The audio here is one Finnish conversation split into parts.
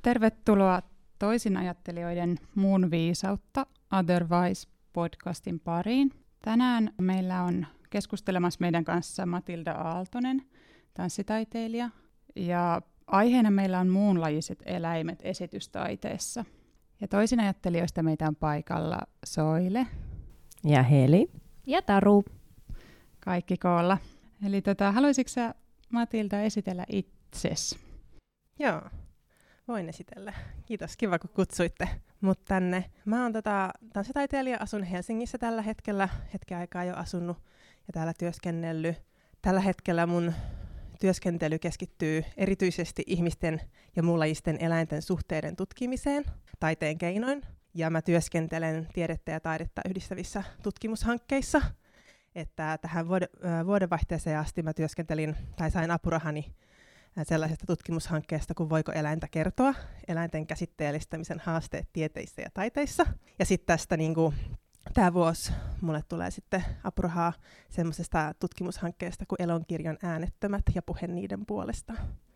Tervetuloa toisinajattelijoiden muun viisautta Otherwise-podcastin pariin. Tänään meillä on keskustelemassa meidän kanssa Matilda Aaltonen, tanssitaiteilija, ja aiheena meillä on muunlajiset eläimet esitystaiteessa. Ja toisinajattelijoista meitä on paikalla Soile. Ja Heli. Ja Taru. Kaikki koolla. Eli haluaisitko sä, Matilda, esitellä itsesi? Joo, voin esitellä. Kiitos, kiva kun kutsuitte mut tänne. Mä oon tanssitaiteilija, asun Helsingissä tällä hetkellä, hetken aikaa jo asunut ja täällä työskennellyt. Tällä hetkellä mun työskentely keskittyy erityisesti ihmisten ja muunlajisten eläinten suhteiden tutkimiseen taiteen keinoin. Ja mä työskentelen tiedettä ja taidetta yhdistävissä tutkimushankkeissa. Että tähän vuodenvaihteeseen asti mä sain apurahani sellaisesta tutkimushankkeesta kuin Voiko eläintä kertoa? Eläinten käsitteellistämisen haasteet tieteissä ja taiteissa. Ja sitten tästä tämä vuosi mulle tulee sitten apurahaa semmoisesta tutkimushankkeesta kuin Elonkirjon äänettömät ja puhe niiden puolesta.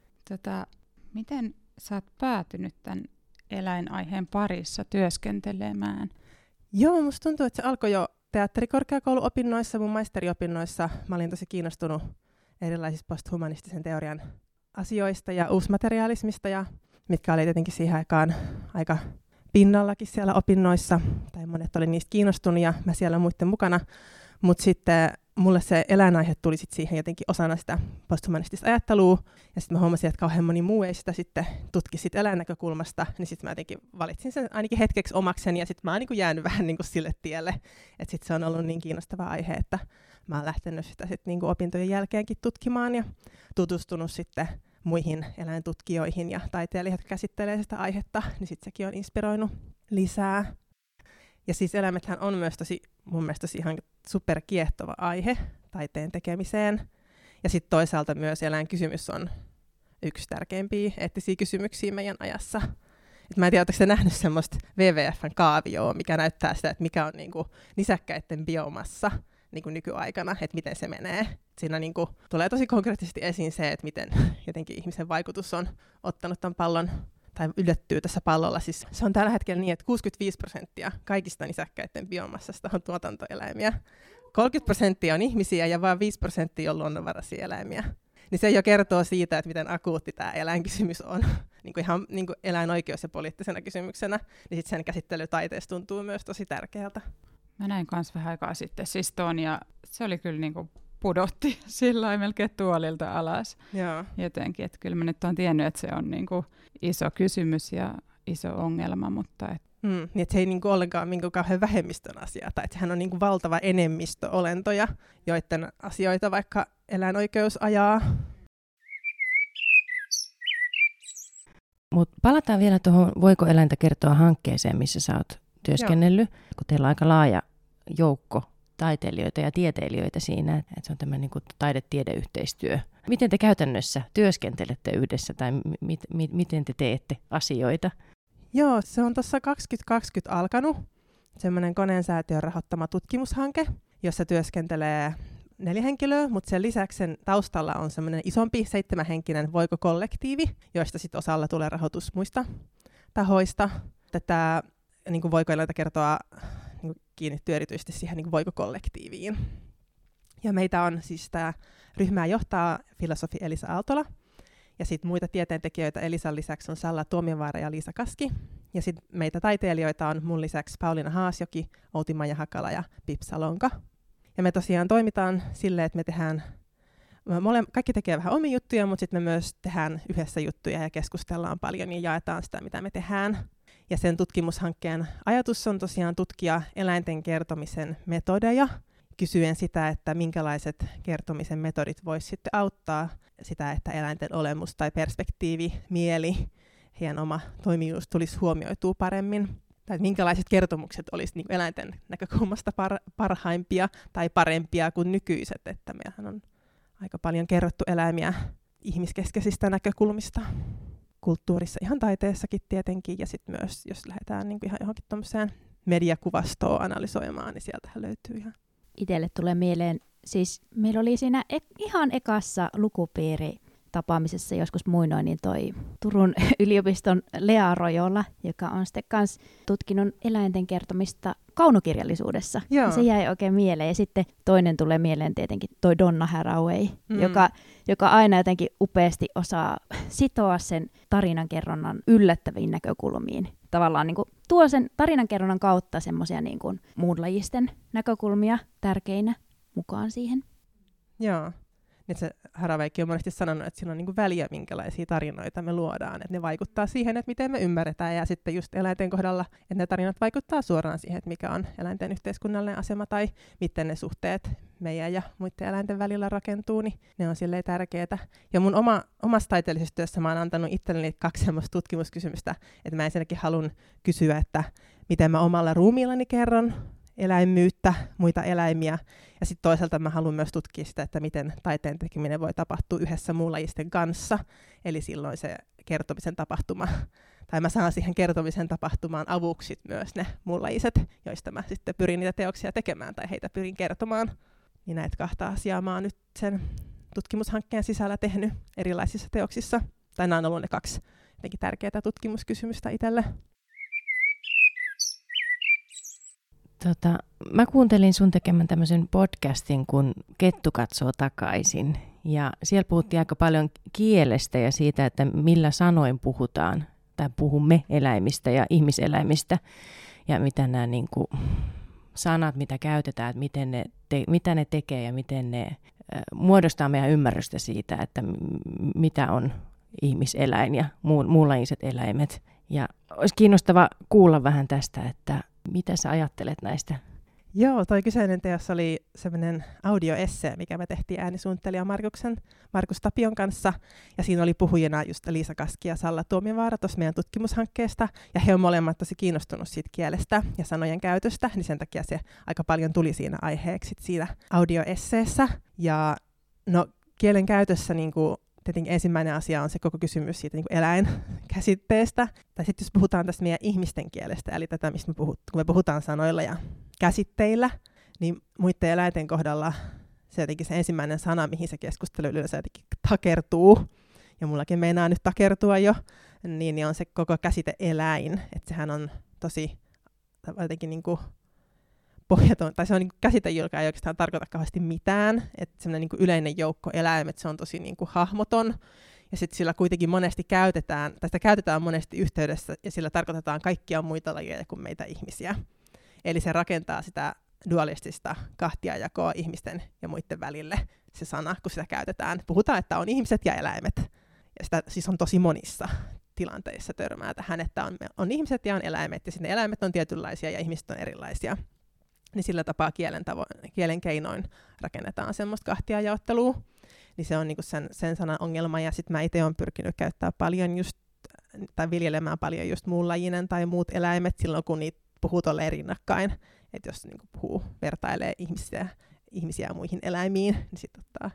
Miten sä oot päätynyt tämän eläinaiheen parissa työskentelemään? Joo, musta tuntuu, että se alkoi jo teatterikorkeakouluopinnoissa, mun maisteriopinnoissa. Mä olin tosi kiinnostunut erilaisista posthumanistisen teorian asioista ja uusmateriaalismista, ja mitkä oli tietenkin siihen aikaan aika pinnallakin siellä opinnoissa, tai monet oli niistä kiinnostunut ja mä siellä muiden mukana, mutta sitten mulle se eläinaihe tuli sit siihen jotenkin osana sitä posthumanistista ajattelua, ja sitten mä huomasin, että kauhean moni muu ei sitä sitten tutki sit eläinnäkökulmasta, niin sitten mä jotenkin valitsin sen ainakin hetkeksi omakseni, ja sitten mä oon jäänyt vähän sille tielle, että sitten se on ollut niin kiinnostava aihe, että mä oon lähtenyt sitä sitten opintojen jälkeenkin tutkimaan ja tutustunut sitten muihin eläintutkijoihin ja taiteilijoihin, jotka käsittelee sitä aihetta, niin sitten sekin on inspiroinut lisää. Ja siis eläimethän on myös mun mielestä ihan superkiehtova aihe taiteen tekemiseen. Ja sitten toisaalta myös eläinkysymys on yksi tärkeimpiä eettisiä kysymyksiä meidän ajassa. Et mä en tiedä, oletteko te nähnyt semmoista WWF:n kaavioa, mikä näyttää sitä, että mikä on nisäkkäiden biomassa nykyaikana, että miten se menee. Siinä tulee tosi konkreettisesti esiin se, että miten jotenkin ihmisen vaikutus on ottanut tämän pallon tai ylettyy tässä pallolla. Siis se on tällä hetkellä niin, että 65% kaikista nisäkkäiden biomassasta on tuotantoeläimiä. 30% on ihmisiä ja vain 5% on luonnonvaraisia eläimiä. Niin se jo kertoo siitä, että miten akuutti tämä eläinkysymys on. Ihan eläinoikeus- ja poliittisena kysymyksenä. Niin sitten sen käsittely taiteessa tuntuu myös tosi tärkeältä. Mä näin kanssa vähän aikaa sitten siis ton, ja se oli kyllä pudotti sillä melkein tuolilta alas. Joo. Jotenkin, että kyllä mä nyt oon tiennyt, että se on iso kysymys ja iso ongelma, mutta niin, että se ei ollenkaan kauhean vähemmistön asia, tai että sehän on valtava enemmistö olentoja, joiden asioita vaikka eläinoikeus ajaa. Mut palataan vielä tuohon Voiko eläintä kertoa -hankkeeseen, missä sä oot työskennellyt, kun teillä on aika laaja joukko taiteilijoita ja tieteilijöitä siinä, että se on tämmöinen taide-tiedeyhteistyö. Miten te käytännössä työskentelette yhdessä tai miten te teette asioita? Joo, se on tuossa 2020 alkanut semmoinen Koneen-säätiön rahoittama tutkimushanke, jossa työskentelee 4 henkilöä, mutta sen lisäksi sen taustalla on semmoinen isompi 7-henkinen Voiko-kollektiivi, joista sitten osalla tulee rahoitus muista tahoista. Tätä Voiko eläintä kertoa kiinnittyy erityisesti siihen Voiko-kollektiiviin. Ja meitä on siis tämä ryhmää johtaa filosofi Elisa Aaltola, ja sitten muita tieteentekijöitä Elisan lisäksi on Salla Tuomiovaara ja Liisa Kaski. Ja sitten meitä taiteilijoita on mun lisäksi Pauliina Haasjoki, Outi-Maija Hakala ja Pip Salonka. Ja me tosiaan toimitaan silleen, että me tehdään, kaikki tekee vähän omia juttuja, mutta sitten me myös tehdään yhdessä juttuja ja keskustellaan paljon ja jaetaan sitä, mitä me tehdään. Ja sen tutkimushankkeen ajatus on tosiaan tutkia eläinten kertomisen metodeja, kysyen sitä, että minkälaiset kertomisen metodit voisi sitten auttaa sitä, että eläinten olemus tai perspektiivi, mieli, heidän oma toimijuus tulisi huomioitua paremmin. Tai minkälaiset kertomukset olisi eläinten näkökulmasta parhaimpia tai parempia kuin nykyiset, että meillähän on aika paljon kerrottu eläimiä ihmiskeskeisistä näkökulmista. Kulttuurissa, ihan taiteessakin tietenkin, ja sitten myös, jos lähdetään ihan johonkin tuommoiseen mediakuvastoon analysoimaan, niin sieltähän löytyy ihan. Itselle tulee mieleen, siis meillä oli siinä ihan ekassa lukupiiri tapaamisessa joskus muinoin, niin toi Turun yliopiston Lea Rojola, joka on sitten kans tutkinut eläinten kertomista kaunokirjallisuudessa. Ja se jäi oikein mieleen. Ja sitten toinen tulee mieleen tietenkin toi Donna Haraway, joka aina jotenkin upeasti osaa sitoa sen tarinankerronnan yllättäviin näkökulmiin. Tavallaan niin kuin tuo sen tarinankerronnan kautta semmoisia niin kuin muunlajisten näkökulmia tärkeinä mukaan siihen. Joo. Nyt se Harawaykin on monesti sanonut, että sillä on niinku väliä, minkälaisia tarinoita me luodaan. Että ne vaikuttaa siihen, että miten me ymmärretään. Ja sitten just eläinten kohdalla, että ne tarinat vaikuttaa suoraan siihen, että mikä on eläinten yhteiskunnallinen asema tai miten ne suhteet meidän ja muiden eläinten välillä rakentuu, niin ne on silleen tärkeitä. Ja mun omassa taiteellisessa työssä mä oon antanut itselleni 2 semmoista tutkimuskysymystä, että mä ensinnäkin haluan kysyä, että miten mä omalla ruumiillani kerron eläinmyyttä, muita eläimiä. Ja sitten toisaalta mä haluan myös tutkia sitä, että miten taiteen tekeminen voi tapahtua yhdessä muunlajisten kanssa. Eli silloin se kertomisen tapahtuma, tai mä saan siihen kertomisen tapahtumaan avuksi myös ne muunlajiset, joista mä sitten pyrin niitä teoksia tekemään tai heitä pyrin kertomaan. Niin näitä 2 asiaa mä oon nyt sen tutkimushankkeen sisällä tehnyt erilaisissa teoksissa. Tai nämä on ollut ne 2 jotenkin tärkeää tutkimuskysymystä itselle. Mä kuuntelin sun tekemän tämmöisen podcastin, kun Kettu katsoo takaisin. Ja siellä puhuttiin aika paljon kielestä ja siitä, että millä sanoin puhutaan, tai puhumme eläimistä ja ihmiseläimistä. Ja mitä nämä niin kuin sanat, mitä käytetään, että mitä ne tekee ja miten ne muodostaa meidän ymmärrystä siitä, että mitä on ihmiseläin ja muunlajiset eläimet. Ja olisi kiinnostava kuulla vähän tästä, että mitä sä ajattelet näistä? Joo, toi kyseinen teos oli semmoinen audioessee, mikä me tehtiin äänisuunnittelija Markus Tapion kanssa. Ja siinä oli puhujina just Liisa Kaski ja Salla Tuomiovaara tuossa meidän tutkimushankkeesta. Ja he on molemmat tosi kiinnostunut siitä kielestä ja sanojen käytöstä, niin sen takia se aika paljon tuli siinä aiheeksi siinä audioesseessä. Ja no kielen käytössä niinku tietenkin ensimmäinen asia on se koko kysymys siitä niin kuin eläinkäsitteestä. Tai sitten jos puhutaan tästä meidän ihmisten kielestä, eli tätä, mistä kun me puhutaan sanoilla ja käsitteillä, niin muiden eläinten kohdalla se jotenkin se ensimmäinen sana, mihin se keskustelu yleensä jotenkin takertuu, ja mullakin meinaa nyt takertua jo, niin on se koko käsite eläin. Että sehän on tosi jotenkin niin kuin pohjaton, tai se on niin kuin käsite, joka ei oikeastaan tarkoita kauheasti mitään. Että semmoinen niin kuin yleinen joukko eläimet, se on tosi niin kuin hahmoton. Ja sitten sillä kuitenkin monesti käytetään, tai sitä käytetään monesti yhteydessä, ja sillä tarkoitetaan kaikkia muita lajeja kuin meitä ihmisiä. Eli se rakentaa sitä dualistista kahtiajakoa ihmisten ja muiden välille, se sana, kun sitä käytetään. Puhutaan, että on ihmiset ja eläimet. Ja sitä siis on tosi monissa tilanteissa törmää tähän, että on ihmiset ja on eläimet, ja sitten eläimet on tietynlaisia ja ihmiset on erilaisia. Niin sillä tapaa kielen keinoin rakennetaan semmoista kahtiajaottelua. Niin se on niinku sen sanan ongelma, ja sitten mä itse olen pyrkinyt käyttää paljon tai viljelemään paljon just muunlajinen tai muut eläimet silloin, kun niitä puhuu tolleen rinnakkain. Että jos niinku vertailee ihmisiä muihin eläimiin, niin sitten ottaa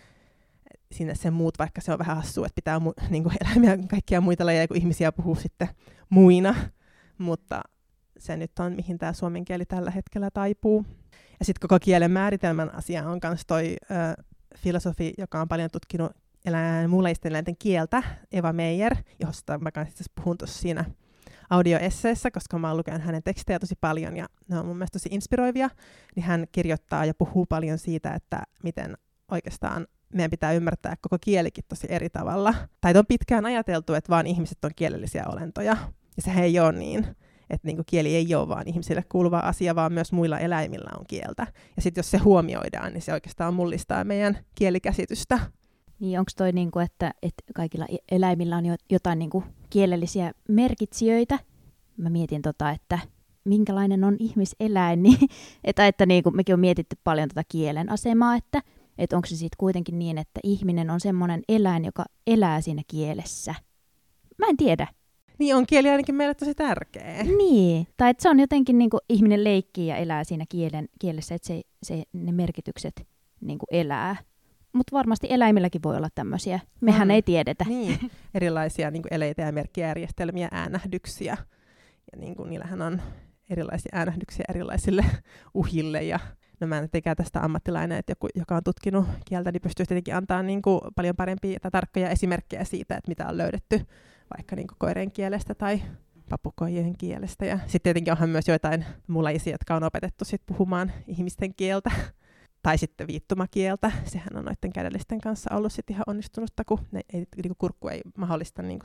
sinne sen muut, vaikka se on vähän hassua, että pitää niinku eläimiä kaikkia muita lajeja kuin ihmisiä puhuu sitten muina. Mutta se nyt on, mihin tämä suomen kieli tällä hetkellä taipuu. Ja sitten koko kielen määritelmän asia on myös toi filosofi, joka on paljon tutkinut muunlajisten eläinten kieltä, Eva Meijer, josta mä kanssa puhun tuossa siinä audioesseessä, koska mä oon lukenut hänen tekstejä tosi paljon ja ne on mun mielestä tosi inspiroivia. Niin hän kirjoittaa ja puhuu paljon siitä, että miten oikeastaan meidän pitää ymmärtää koko kielikin tosi eri tavalla. Tai on pitkään ajateltu, että vaan ihmiset on kielellisiä olentoja. Ja sehän ei ole niin. Että niinku kieli ei ole vaan ihmisille kuuluva asia, vaan myös muilla eläimillä on kieltä. Ja sitten jos se huomioidaan, niin se oikeastaan mullistaa meidän kielikäsitystä. Niin onko toi niinku, että kaikilla eläimillä on jotain niinku kielellisiä merkitsijöitä? Mä mietin että minkälainen on ihmiseläin, niin että niinku, mekin on mietitty paljon kielen asemaa, että onko se sitten kuitenkin niin, että ihminen on semmoinen eläin, joka elää siinä kielessä. Mä en tiedä. Niin on kieli ainakin meille tosi tärkeä. Niin, tai että se on jotenkin niin kuin ihminen leikkii ja elää siinä kielessä, että ne merkitykset niin kuin elää. Mutta varmasti eläimilläkin voi olla tämmöisiä. Mehän ei tiedetä. Niin, erilaisia niin kuin eleitä ja merkkijärjestelmiä, äänähdyksiä. Ja niin kuin, niillähän on erilaisia äänähdyksiä erilaisille uhille ja no mä en tietenkään tästä ammattilainen, että joku, joka on tutkinut kieltä, niin pystyy tietenkin antaa niin kuin paljon parempia tai tarkkoja esimerkkejä siitä, että mitä on löydetty vaikka niin kuin koirien kielestä tai papukoijien kielestä. Ja sitten tietenkin onhan myös joitain muunlaisia, jotka on opetettu sit puhumaan ihmisten kieltä tai sitten viittomakieltä. Sehän on noiden kädellisten kanssa ollut sit ihan onnistunutta, kun kurkku ei mahdollista niin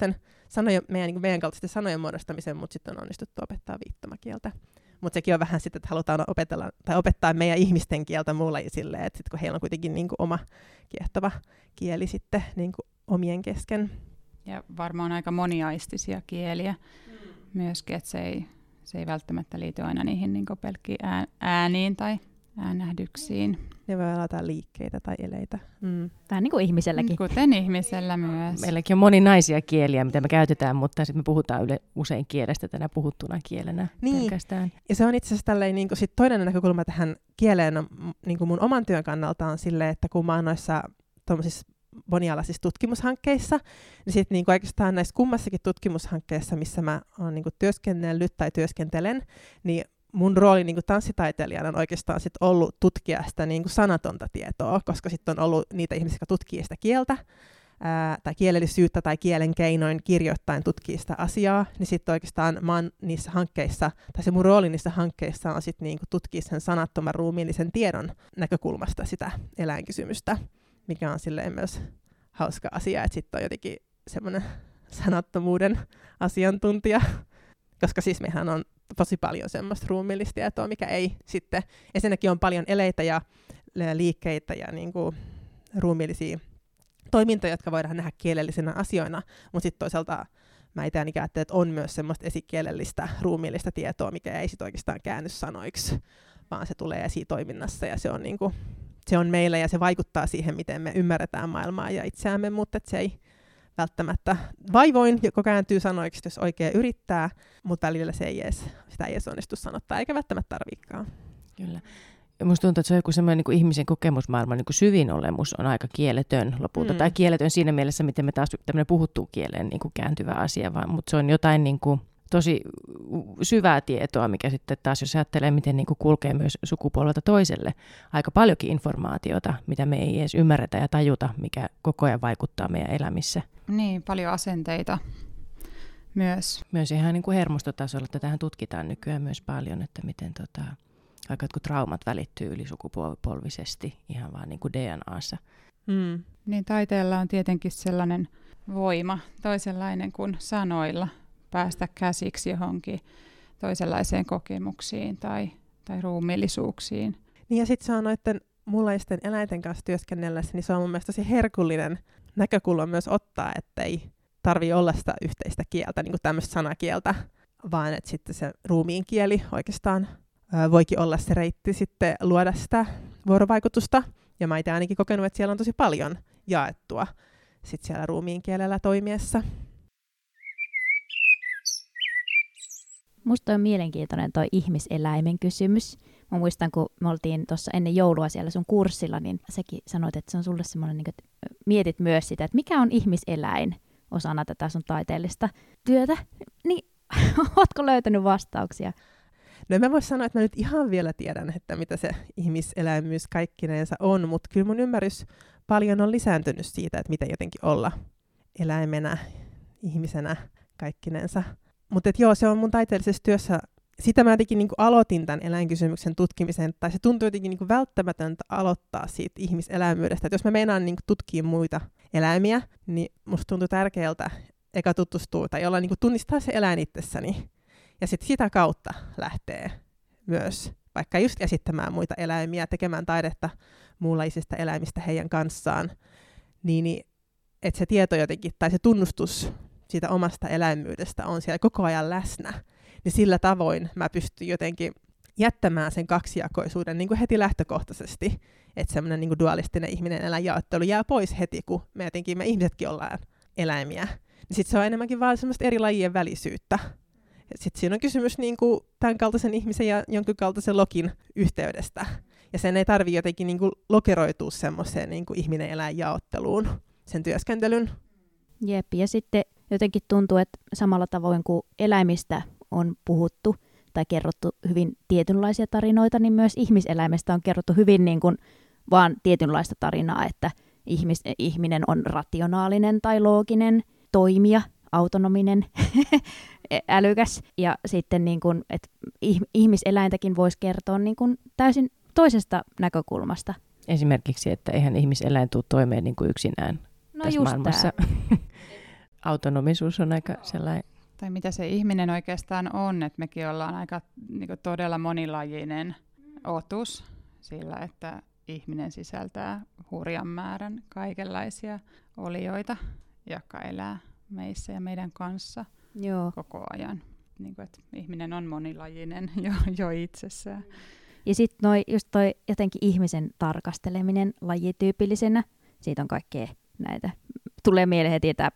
meidän kaltaisten sanojen muodostamisen, mutta sitten on onnistuttu opettaa viittomakieltä. Mutta sekin on vähän sitten, että halutaan opettaa meidän ihmisten kieltä muunlaisille, että sitten kun heillä on kuitenkin niin kuin oma kiehtova kieli sitten niin kuin omien kesken. Ja varmaan aika moniaistisia kieliä myöskin, että se ei välttämättä liity aina niihin niin kuin pelkkiin ääniin tai äänähdyksiin. Ne voi olla jotain liikkeitä tai eleitä. Vähän niin kuin ihmiselläkin. Kuten ihmisellä myös. Meilläkin on moninaisia kieliä, mitä me käytetään, mutta sitten me puhutaan usein kielestä tänä puhuttuna kielenä pelkästään. Ja se on itse asiassa tälleen, niin sit toinen näkökulma tähän kieleen niin mun oman työn kannalta on silleen, että kun mä oon noissa monialaisissa tutkimushankkeissa, niin sitten niin oikeastaan näissä kummassakin tutkimushankkeissa, missä mä oon niin työskennellyt tai työskentelen, niin mun rooli niin tanssitaiteilijana on oikeastaan sit ollut tutkia sitä niin sanatonta tietoa, koska sitten on ollut niitä ihmisiä, jotka tutkii sitä kieltä, tai kielellisyyttä tai kielen keinoin kirjoittain tutkii sitä asiaa, niin sitten oikeastaan mä oon niissä hankkeissa, tai se mun rooli niissä hankkeissa on sitten niin tutkia sen sanattoman ruumiillisen tiedon näkökulmasta sitä eläinkysymystä, mikä on silleen myös hauska asia, että sitten on jotenkin semmoinen sanattomuuden asiantuntija, koska siis mehän on tosi paljon semmoista ruumiillista tietoa, mikä ei sitten, ensinnäkin on paljon eleitä ja liikkeitä ja niin kuin ruumiillisia toimintoja, jotka voidaan nähdä kielellisinä asioina, mutta sitten toisaalta mä itse ainakin ajattelen, että on myös semmoista esikielellistä ruumiillista tietoa, mikä ei sitten oikeastaan käänny sanoiksi, vaan se tulee esitoiminnassa ja se on, niin kuin, se on meillä ja se vaikuttaa siihen, miten me ymmärretään maailmaa ja itseämme, mutta se ei välttämättä vaivoin joko kääntyy sanoiksi, jos oikein yrittää, mutta välillä sitä ei edes onnistu sanottaa, eikä välttämättä tarviikaan. Kyllä. Ja musta tuntuu, että se on joku semmoinen niin ihmisen kokemusmaailman niin syvin olemus on aika kieletön lopulta. Tai kieletön siinä mielessä, miten me taas tämmöinen puhuttuun kieleen niin kääntyvä asia, mutta se on jotain niin kuin tosi syvää tietoa, mikä sitten taas, jos ajattelee, miten niin kuin kulkee myös sukupolvelta toiselle, aika paljonkin informaatiota, mitä me ei edes ymmärretä ja tajuta, mikä koko ajan vaikuttaa meidän elämissä. Niin, paljon asenteita myös. Myös ihan niin kuin hermostotasolla, että tähän tutkitaan nykyään myös paljon, että miten aika jotkut traumat välittyy ylisukupolvisesti ihan vaan niin kuin DNAssa. Niin taiteella on tietenkin sellainen voima, toisenlainen kuin sanoilla, päästä käsiksi johonkin toisenlaiseen kokemuksiin tai ruumiillisuuksiin. Niin ja sitten se on noiden muunlaisten eläinten kanssa työskennellessä, niin se on mun mielestä tosi herkullinen näkökulma myös ottaa, että ei tarvitse olla sitä yhteistä kieltä, niin kuin tämmöistä sanakieltä, vaan että sitten se ruumiin kieli oikeastaan voikin olla se reitti sitten luoda sitä vuorovaikutusta. Ja mä itse ainakin kokenut, että siellä on tosi paljon jaettua sitten siellä ruumiin kielellä toimiessa. Musta on mielenkiintoinen toi ihmiseläimen kysymys. Mä muistan, kun me oltiin tuossa ennen joulua siellä sun kurssilla, niin säkin sanoit, että se on sulle semmoinen, niin että mietit myös sitä, että mikä on ihmiseläin osana tätä sun taiteellista työtä. Niin, ootko löytänyt vastauksia? No mä vois sanoa, että mä nyt ihan vielä tiedän, että mitä se ihmiseläimyys kaikkinensa on, mutta kyllä mun ymmärrys paljon on lisääntynyt siitä, että miten jotenkin olla eläimenä, ihmisenä kaikkinensa. Mutta joo, se on mun taiteellisessa työssä, sitä mä jotenkin niinku aloitin tämän eläinkysymyksen tutkimisen, tai se tuntuu jotenkin niinku välttämätöntä aloittaa siitä ihmiseläimyydestä. Et jos mä meinaan niinku tutkia muita eläimiä, niin musta tuntuu tärkeältä eka tutustua tai olla niinku tunnistaa se eläin itsessäni. Ja sitten sitä kautta lähtee myös vaikka just esittämään muita eläimiä, tekemään taidetta muunlaisista eläimistä heidän kanssaan, niin että se tieto jotenkin, tai se tunnustus siitä omasta eläimyydestä on siellä koko ajan läsnä, niin sillä tavoin mä pystyn jotenkin jättämään sen kaksijakoisuuden niin kuin heti lähtökohtaisesti, että semmoinen niin kuin dualistinen ihminen-eläinjaottelu jää pois heti, kun me ihmisetkin ollaan eläimiä. Niin sitten se on enemmänkin vaan semmoista eri lajien välisyyttä. Sitten siinä on kysymys niin kuin tämän kaltaisen ihmisen ja jonkin kaltaisen lokin yhteydestä. Ja sen ei tarvitse jotenkin niin kuin lokeroitua semmoiseen niin kuin ihminen-eläinjaotteluun sen työskentelyn. Jep, ja sitten jotenkin tuntuu, että samalla tavoin kuin eläimistä on puhuttu tai kerrottu hyvin tietynlaisia tarinoita, niin myös ihmiseläimestä on kerrottu hyvin niin kuin vaan tietynlaista tarinaa, että ihminen on rationaalinen tai looginen toimija, autonominen, älykäs, ja sitten niin kuin, että ihmiseläintäkin voisi kertoa niin kuin täysin toisesta näkökulmasta. Esimerkiksi, että eihän ihmiseläin tule toimeen niin kuin yksinään tässä maailmassa. Autonomisuus on aika sellainen. Tai mitä se ihminen oikeastaan on, että mekin ollaan aika niin kuin todella monilajinen otus sillä, että ihminen sisältää hurjan määrän kaikenlaisia olioita, jotka elää meissä ja meidän kanssa koko ajan. Niin kuin, että ihminen on monilajinen jo itsessään. Ja sitten just toi jotenkin ihmisen tarkasteleminen lajityypillisenä, siitä on kaikkea näitä. Tulee mieleen heti tämä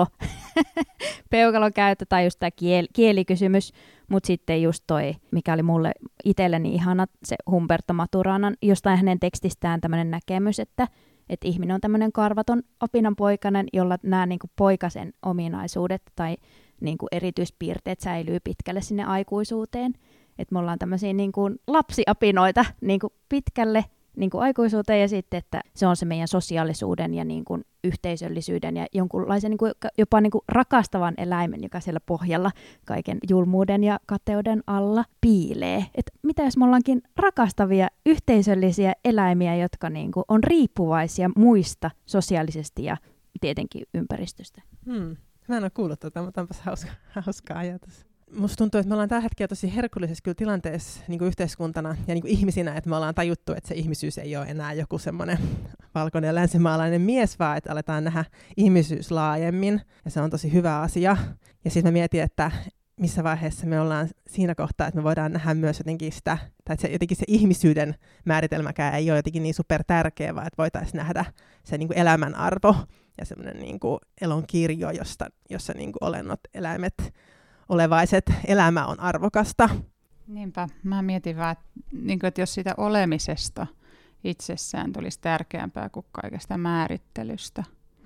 peukalokäyttö tai just tämä kielikysymys, mutta sitten just toi, mikä oli mulle itselleni ihana, se Humberto Maturanan, jostain hänen tekstistään tämmöinen näkemys, että ihminen on tämmöinen karvaton opinanpoikainen, jolla nämä niinku poikasen ominaisuudet tai niinku erityispiirteet säilyy pitkälle sinne aikuisuuteen. Että me ollaan tämmöisiä niinku lapsiapinoita niinku pitkälle niinku aikuisuuteen, ja sitten, että se on se meidän sosiaalisuuden ja niinku yhteisöllisyyden ja jonkunlaisen niinku, jopa niinku rakastavan eläimen, joka siellä pohjalla kaiken julmuuden ja kateuden alla piilee. Että mitä jos me ollaankin rakastavia yhteisöllisiä eläimiä, jotka niinku on riippuvaisia muista sosiaalisesti ja tietenkin ympäristöstä? Mä en ole kuullut mutta onpas hauska ajatus. Musta tuntuu, että me ollaan tällä hetkellä tosi herkullisessa kyllä tilanteessa niin kuin yhteiskuntana ja niin kuin ihmisinä, että me ollaan tajuttu, että se ihmisyys ei ole enää joku semmoinen valkoinen länsimaalainen mies, vaan että aletaan nähdä ihmisyys laajemmin, ja se on tosi hyvä asia. Ja sitten mä mietin, että missä vaiheessa me ollaan siinä kohtaa, että me voidaan nähdä myös jotenkin sitä, tai että jotenkin se ihmisyyden määritelmäkään ei ole jotenkin niin super tärkeä, vaan että voitaisiin nähdä se niin kuin elämän arvo ja semmoinen niin kuin elon kirjo, jossa niin kuin olennot, eläimet, olevaiset, elämä on arvokasta. Niinpä. Mä mietin vaan, että jos siitä olemisesta itsessään tulisi tärkeämpää kuin kaikesta määrittelystä.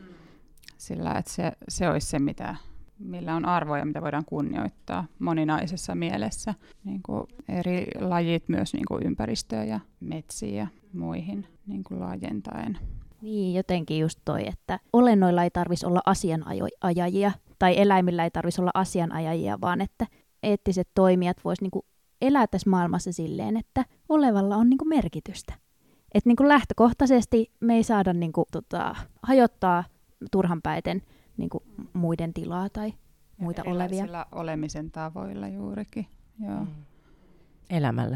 Sillä että se olisi se, millä on arvoja, mitä voidaan kunnioittaa moninaisessa mielessä. Niin kuin eri lajit myös niin kuin ympäristöä ja metsiä ja muihin niin kuin laajentaen. Niin, jotenkin just toi, että olennoilla ei tarvitsisi olla asianajajia, tai eläimillä ei tarvitsisi olla asianajajia, vaan että eettiset toimijat vois niinku elää tässä maailmassa silleen, että olevalla on niinku merkitystä. Että niinku lähtökohtaisesti me ei saada niinku, hajottaa turhanpäiten niinku muiden tilaa tai muita olevia. Erilaisilla olemisen tavoilla juurikin. Joo. Elämällä.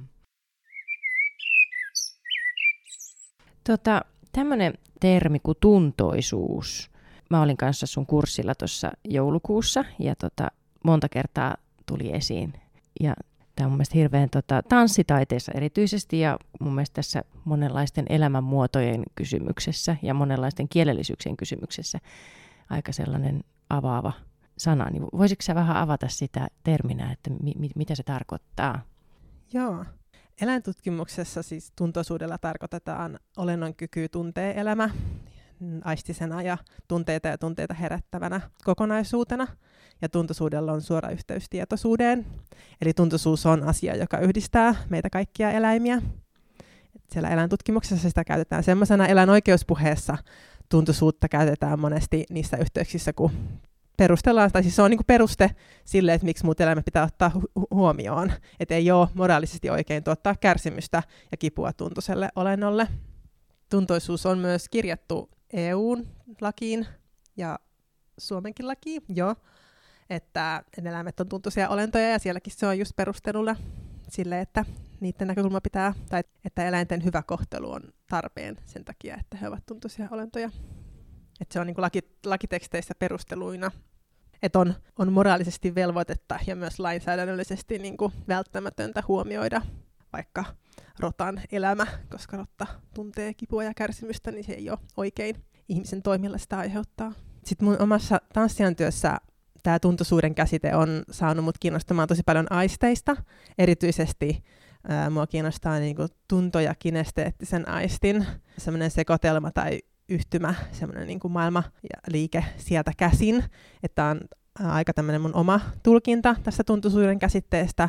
Tämmöinen termi kuin tuntoisuus. Mä olin kanssa sun kurssilla tuossa joulukuussa ja monta kertaa tuli esiin. Ja tämä on mun mielestä hirveän tanssitaiteessa erityisesti ja mun mielestä tässä monenlaisten elämänmuotojen kysymyksessä ja monenlaisten kielellisyyksien kysymyksessä aika sellainen avaava sana. Niin voisitko sä vähän avata sitä terminä, että mitä se tarkoittaa? Joo. Eläintutkimuksessa siis tuntoisuudella tarkoitetaan olennon kykyä tuntea elämä aistisena ja tunteita herättävänä kokonaisuutena. Ja tuntoisuudella on suora yhteys tietoisuuteen. Eli tuntoisuus on asia, joka yhdistää meitä kaikkia eläimiä. Siellä eläintutkimuksessa sitä käytetään semmoisena. Eläinoikeuspuheessa tuntoisuutta käytetään monesti niissä yhteyksissä, kun perustellaan, tai siis se on niinku peruste sille, että miksi muut eläimet pitää ottaa huomioon. Että ei ole moraalisesti oikein tuottaa kärsimystä ja kipua tuntoiselle olennolle. Tuntoisuus on myös kirjattu EU-lakiin ja Suomenkin lakiin, että eläimet on tuntoisia olentoja, ja sielläkin se on just perustelulla sille, että niiden näkökulma pitää, tai että eläinten hyvä kohtelu on tarpeen sen takia, että he ovat tuntoisia olentoja. Että se on niin kuin lakiteksteissä perusteluina, että on moraalisesti velvoitetta ja myös lainsäädännöllisesti niin kuin välttämätöntä huomioida vaikka rotan elämä, koska rotta tuntee kipua ja kärsimystä, niin se ei ole oikein ihmisen toimilla sitä aiheuttaa. Sitten mun omassa tanssijan työssä tämä tuntoisuuden käsite on saanut mut kiinnostamaan tosi paljon aisteista. Erityisesti mua kiinnostaa niinku tunto- ja kinesteettisen aistin semmoinen sekoitelma tai yhtymä, semmoinen niinku maailma ja liike sieltä käsin. Että on aika tämmöinen mun oma tulkinta tästä tuntoisuuden käsitteestä,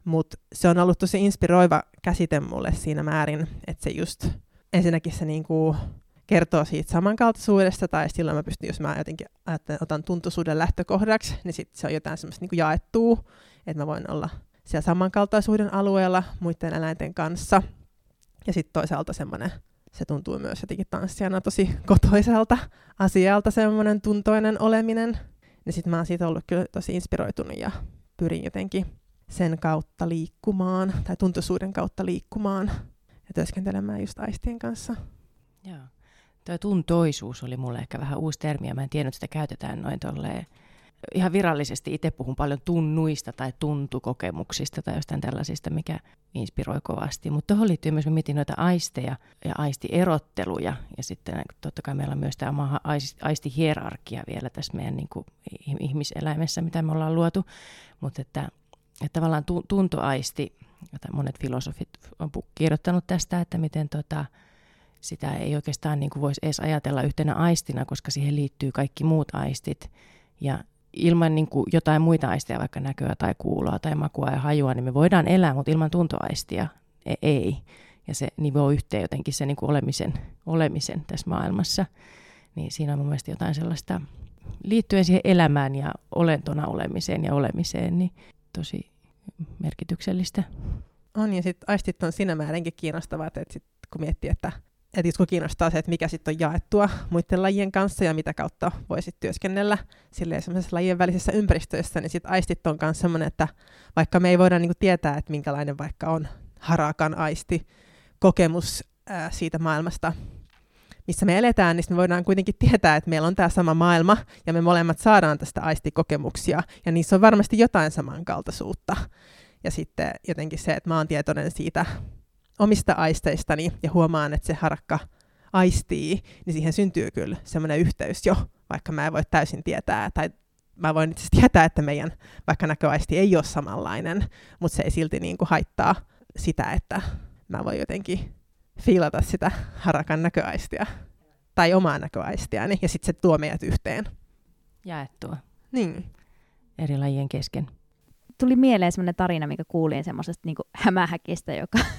Mutta se on ollut tosi inspiroiva käsite mulle siinä määrin, että se just ensinnäkin se niinku kertoo siitä samankaltaisuudesta, tai silloin mä pystyn, jos mä jotenkin otan tuntuisuuden lähtökohdaksi, niin sitten se on jotain semmoista niinku jaettua, että mä voin olla siellä samankaltaisuuden alueella muiden eläinten kanssa. Ja sitten toisaalta semmoinen, se tuntuu myös jotenkin tanssijana tosi kotoiselta asialta, semmoinen tuntoinen oleminen. Ja sitten mä oon siitä ollut kyllä tosi inspiroitunut ja pyrin jotenkin sen kautta liikkumaan, tai tuntuisuuden kautta liikkumaan ja työskentelemään just aistien kanssa. Joo. Tuo tuntoisuus oli mulle ehkä vähän uusi termi, ja mä en tiennyt, että sitä käytetään noin tolleen. Ihan virallisesti itse puhun paljon tunnuista tai tuntukokemuksista tai jostain tällaisista, mikä inspiroi kovasti. Mutta tuohon liittyy myös, mä mietin noita aisteja ja aistierotteluja. Ja sitten totta kai meillä on myös tämä oma aistihierarkia vielä tässä meidän niin kuin ihmiseläimessä, mitä me ollaan luotu. Mutta että tavallaan tuntoaisti, jota monet filosofit on kirjoittanut tästä, että miten sitä ei oikeastaan niin kuin voisi edes ajatella yhtenä aistina, koska siihen liittyy kaikki muut aistit. Ja ilman niin kuin jotain muita aisteja, vaikka näköä tai kuuloa tai makua ja hajua, niin me voidaan elää, mutta ilman tuntoaistia ei. Ja se nivoo yhteen jotenkin se niin kuin olemisen tässä maailmassa. Niin siinä on mun mielestä jotain sellaista liittyen siihen elämään ja olentona olemiseen ja olemiseen, niin tosi merkityksellistä. On, ja sitten aistit on siinä määrinkin kiinnostavat, että sit, kun miettii, että kun kiinnostaa se, että mikä sitten on jaettua muiden lajien kanssa ja mitä kautta voi sitten työskennellä semmoisessa lajien välisessä ympäristössä, niin sitten aistit on myös semmoinen, että vaikka me ei voida niinku tietää, että minkälainen vaikka on harakan aisti kokemus siitä maailmasta, missä me eletään, niin me voidaan kuitenkin tietää, että meillä on tämä sama maailma ja me molemmat saadaan tästä aistikokemuksia ja niissä on varmasti jotain samankaltaisuutta. Ja sitten jotenkin se, että mä oon tietoinen siitä omista aisteistani ja huomaan, että se harakka aistii, niin siihen syntyy kyllä semmoinen yhteys jo, vaikka mä en voi täysin tietää, tai mä voin itse asiassa tietää, että meidän vaikka näköaisti ei ole samanlainen, mutta se ei silti niin kuin haittaa sitä, että mä voin jotenkin fiilata sitä harakan näköaistia tai omaa näköaistiani, ja sitten se tuo meidät yhteen. Jaettua. Niin. Eri lajien kesken. Tuli mieleen semmoinen tarina, mikä kuulin semmoisesta niin kuin hämähäkistä,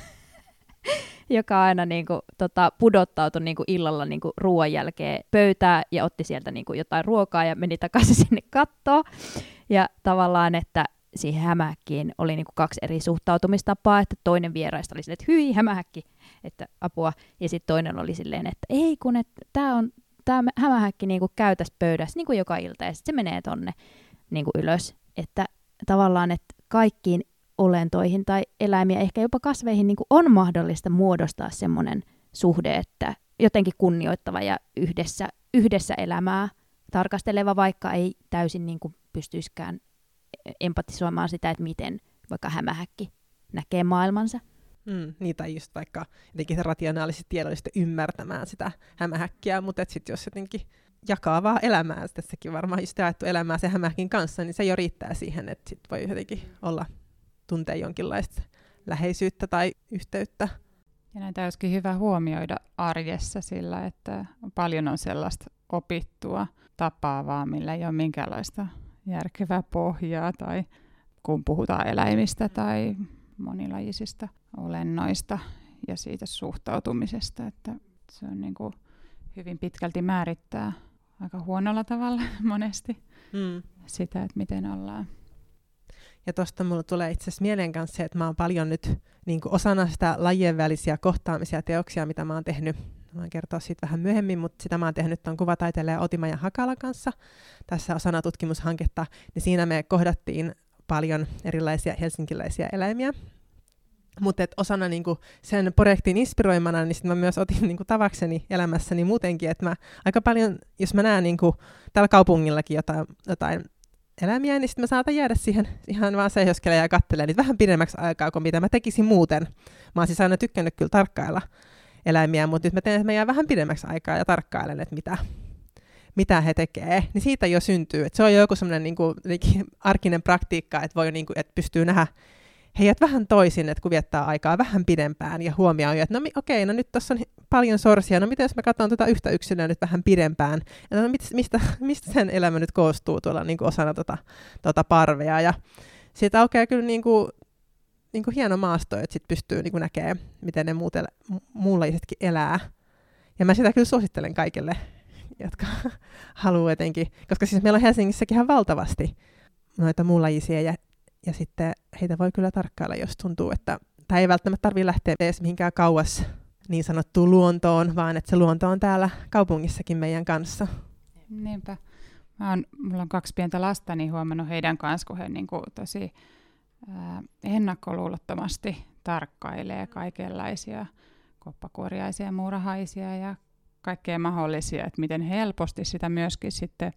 joka aina niin kuin, pudottautui niin kuin illalla niin kuin ruoan jälkeen pöytään ja otti sieltä niin kuin jotain ruokaa ja meni takaisin sinne kattoon. Ja tavallaan, että siihen hämähäkkiin oli niin kuin 2 eri suhtautumistapaa, että toinen vieraista oli silleen, että hyi hämähäkki, että apua. Ja sitten toinen oli silleen, että ei kun, että tämä hämähäkki niin kuin käy tässä pöydässä niin kuin joka ilta ja sitten se menee tonne niin kuin ylös. Että tavallaan, että kaikkiin olentoihin tai eläimiä, ehkä jopa kasveihin niin kuin on mahdollista muodostaa semmoinen suhde, että jotenkin kunnioittava ja yhdessä elämää tarkasteleva, vaikka ei täysin niin kuin pystyisikään empatisoimaan sitä, että miten vaikka hämähäkki näkee maailmansa. Niitä just vaikka jotenkin rationaalisesti tiedollisesti ymmärtämään sitä hämähäkkiä, mutta sitten jos jotenkin jakaa vaan elämää, tässäkin varmaan just jaettu elämää sen hämähäkin kanssa, niin se jo riittää siihen, että sit voi jotenkin tuntee jonkinlaista läheisyyttä tai yhteyttä. Ja näitä olisikin hyvä huomioida arjessa sillä, että paljon on sellaista opittua tapaa vaan, millä ei ole minkäänlaista järkevää pohjaa, tai kun puhutaan eläimistä tai monilajisista olennoista ja siitä suhtautumisesta, että se on niin kuin hyvin pitkälti määrittää aika huonolla tavalla monesti sitä, että miten ollaan. Ja tuosta mulla tulee itse asiassa mieleen kanssa se, että mä oon paljon nyt niin kuin osana sitä lajien välisiä kohtaamisia teoksia, mitä mä oon tehnyt. Mä oon kertoa siitä vähän myöhemmin, mutta sitä mä oon tehnyt tuon kuvataiteilija Otimaja Hakalan kanssa tässä osana tutkimushanketta. Niin siinä me kohdattiin paljon erilaisia helsinkiläisiä eläimiä. Mutta osana niinku sen projektin inspiroimana, niin sit mä myös otin niinku tavakseni elämässäni muutenkin, että mä aika paljon, jos mä näen niinku täällä kaupungillakin jotain eläimiä, niin sitten mä saatan jäädä siihen ihan vaan seisoskelemaan ja katselemaan niitä vähän pidemmäksi aikaa kuin mitä mä tekisin muuten. Mä oon siis aina tykkännyt kyllä tarkkailla eläimiä, mutta nyt mä teen, että mä jään vähän pidemmäksi aikaa ja tarkkailen, että mitä he tekee. Niin siitä jo syntyy. Et se on jo joku semmoinen niinku arkinen praktiikka, että voi niinku, että pystyy nähdä heidät vähän toisin, että kun viettää aikaa vähän pidempään ja huomioi, että no nyt tuossa on paljon sorsia, no mitä jos mä katson tätä yhtä yksilöä nyt vähän pidempään, ja no mistä sen elämä nyt koostuu tuolla niin kuin osana tota parvea, ja siitä aukeaa kyllä niin kuin niin kuin hieno maasto, että sit pystyy niin kuin näkemään, miten ne muunlajisetkin elää. Ja mä sitä kyllä suosittelen kaikille, jotka haluaa etenkin, koska siis meillä on Helsingissäkin ihan valtavasti noita muunlajisia ja sitten heitä voi kyllä tarkkailla, jos tuntuu, että tai ei välttämättä tarvitse lähteä edes mihinkään kauas niin sanottuun luontoon, vaan että se luonto on täällä kaupungissakin meidän kanssa. Niinpä. Mulla on 2 pientä lasta, niin huomannut heidän kanssa, kun he niin kuin tosi ennakkoluulottomasti tarkkailee kaikenlaisia koppakuoriaisia, muurahaisia ja kaikkea mahdollisia, että miten helposti sitä myöskin sitten,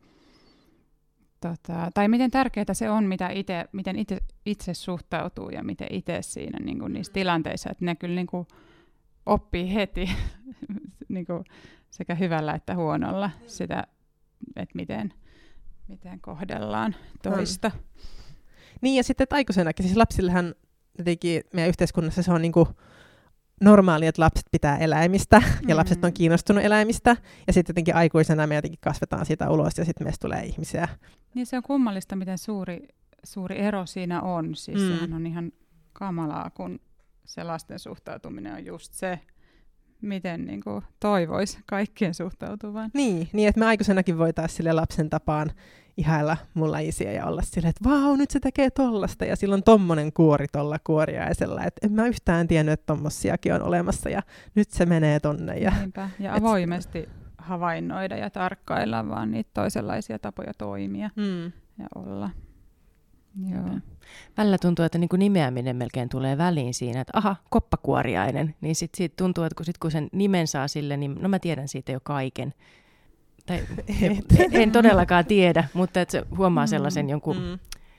tai miten tärkeää se on, miten itse suhtautuu ja miten itse siinä niin kuin niissä tilanteissa, että ne kyllä niin kuin oppii heti niin kuin sekä hyvällä että huonolla sitä, että miten kohdellaan toista. Niin ja sitten aikuisenakin, siis lapsillehan jotenkin meidän yhteiskunnassa se on niin kuin normaali, että lapset pitää eläimistä ja lapset on kiinnostunut eläimistä ja sitten jotenkin aikuisena me jotenkin kasvetaan siitä ulos ja sitten meistä tulee ihmisiä. Niin se on kummallista, miten suuri ero siinä on. Siis sehän on ihan kamalaa, kun se lasten suhtautuminen on just se, miten niin kuin toivoisi kaikkien suhtautuvan. Niin, että me aikuisenakin voitaisiin sille lapsen tapaan ihailla muunlajisia ja olla silleen, että vau, nyt se tekee tollasta ja sillä on tommonen kuori tolla kuoriaisella, että en mä yhtään tiennyt, että tommosiakin on olemassa ja nyt se menee tonne. Ja avoimesti havainnoida ja tarkkailla vaan niitä toisenlaisia tapoja toimia ja olla. Joo. Välillä tuntuu, että niin kuin nimeäminen melkein tulee väliin siinä, että aha, koppakuoriainen, niin sitten siitä tuntuu, että kun sen nimen saa sille, niin no mä tiedän siitä jo kaiken. Tai en todellakaan tiedä, mutta että se huomaa sellaisen jonkun,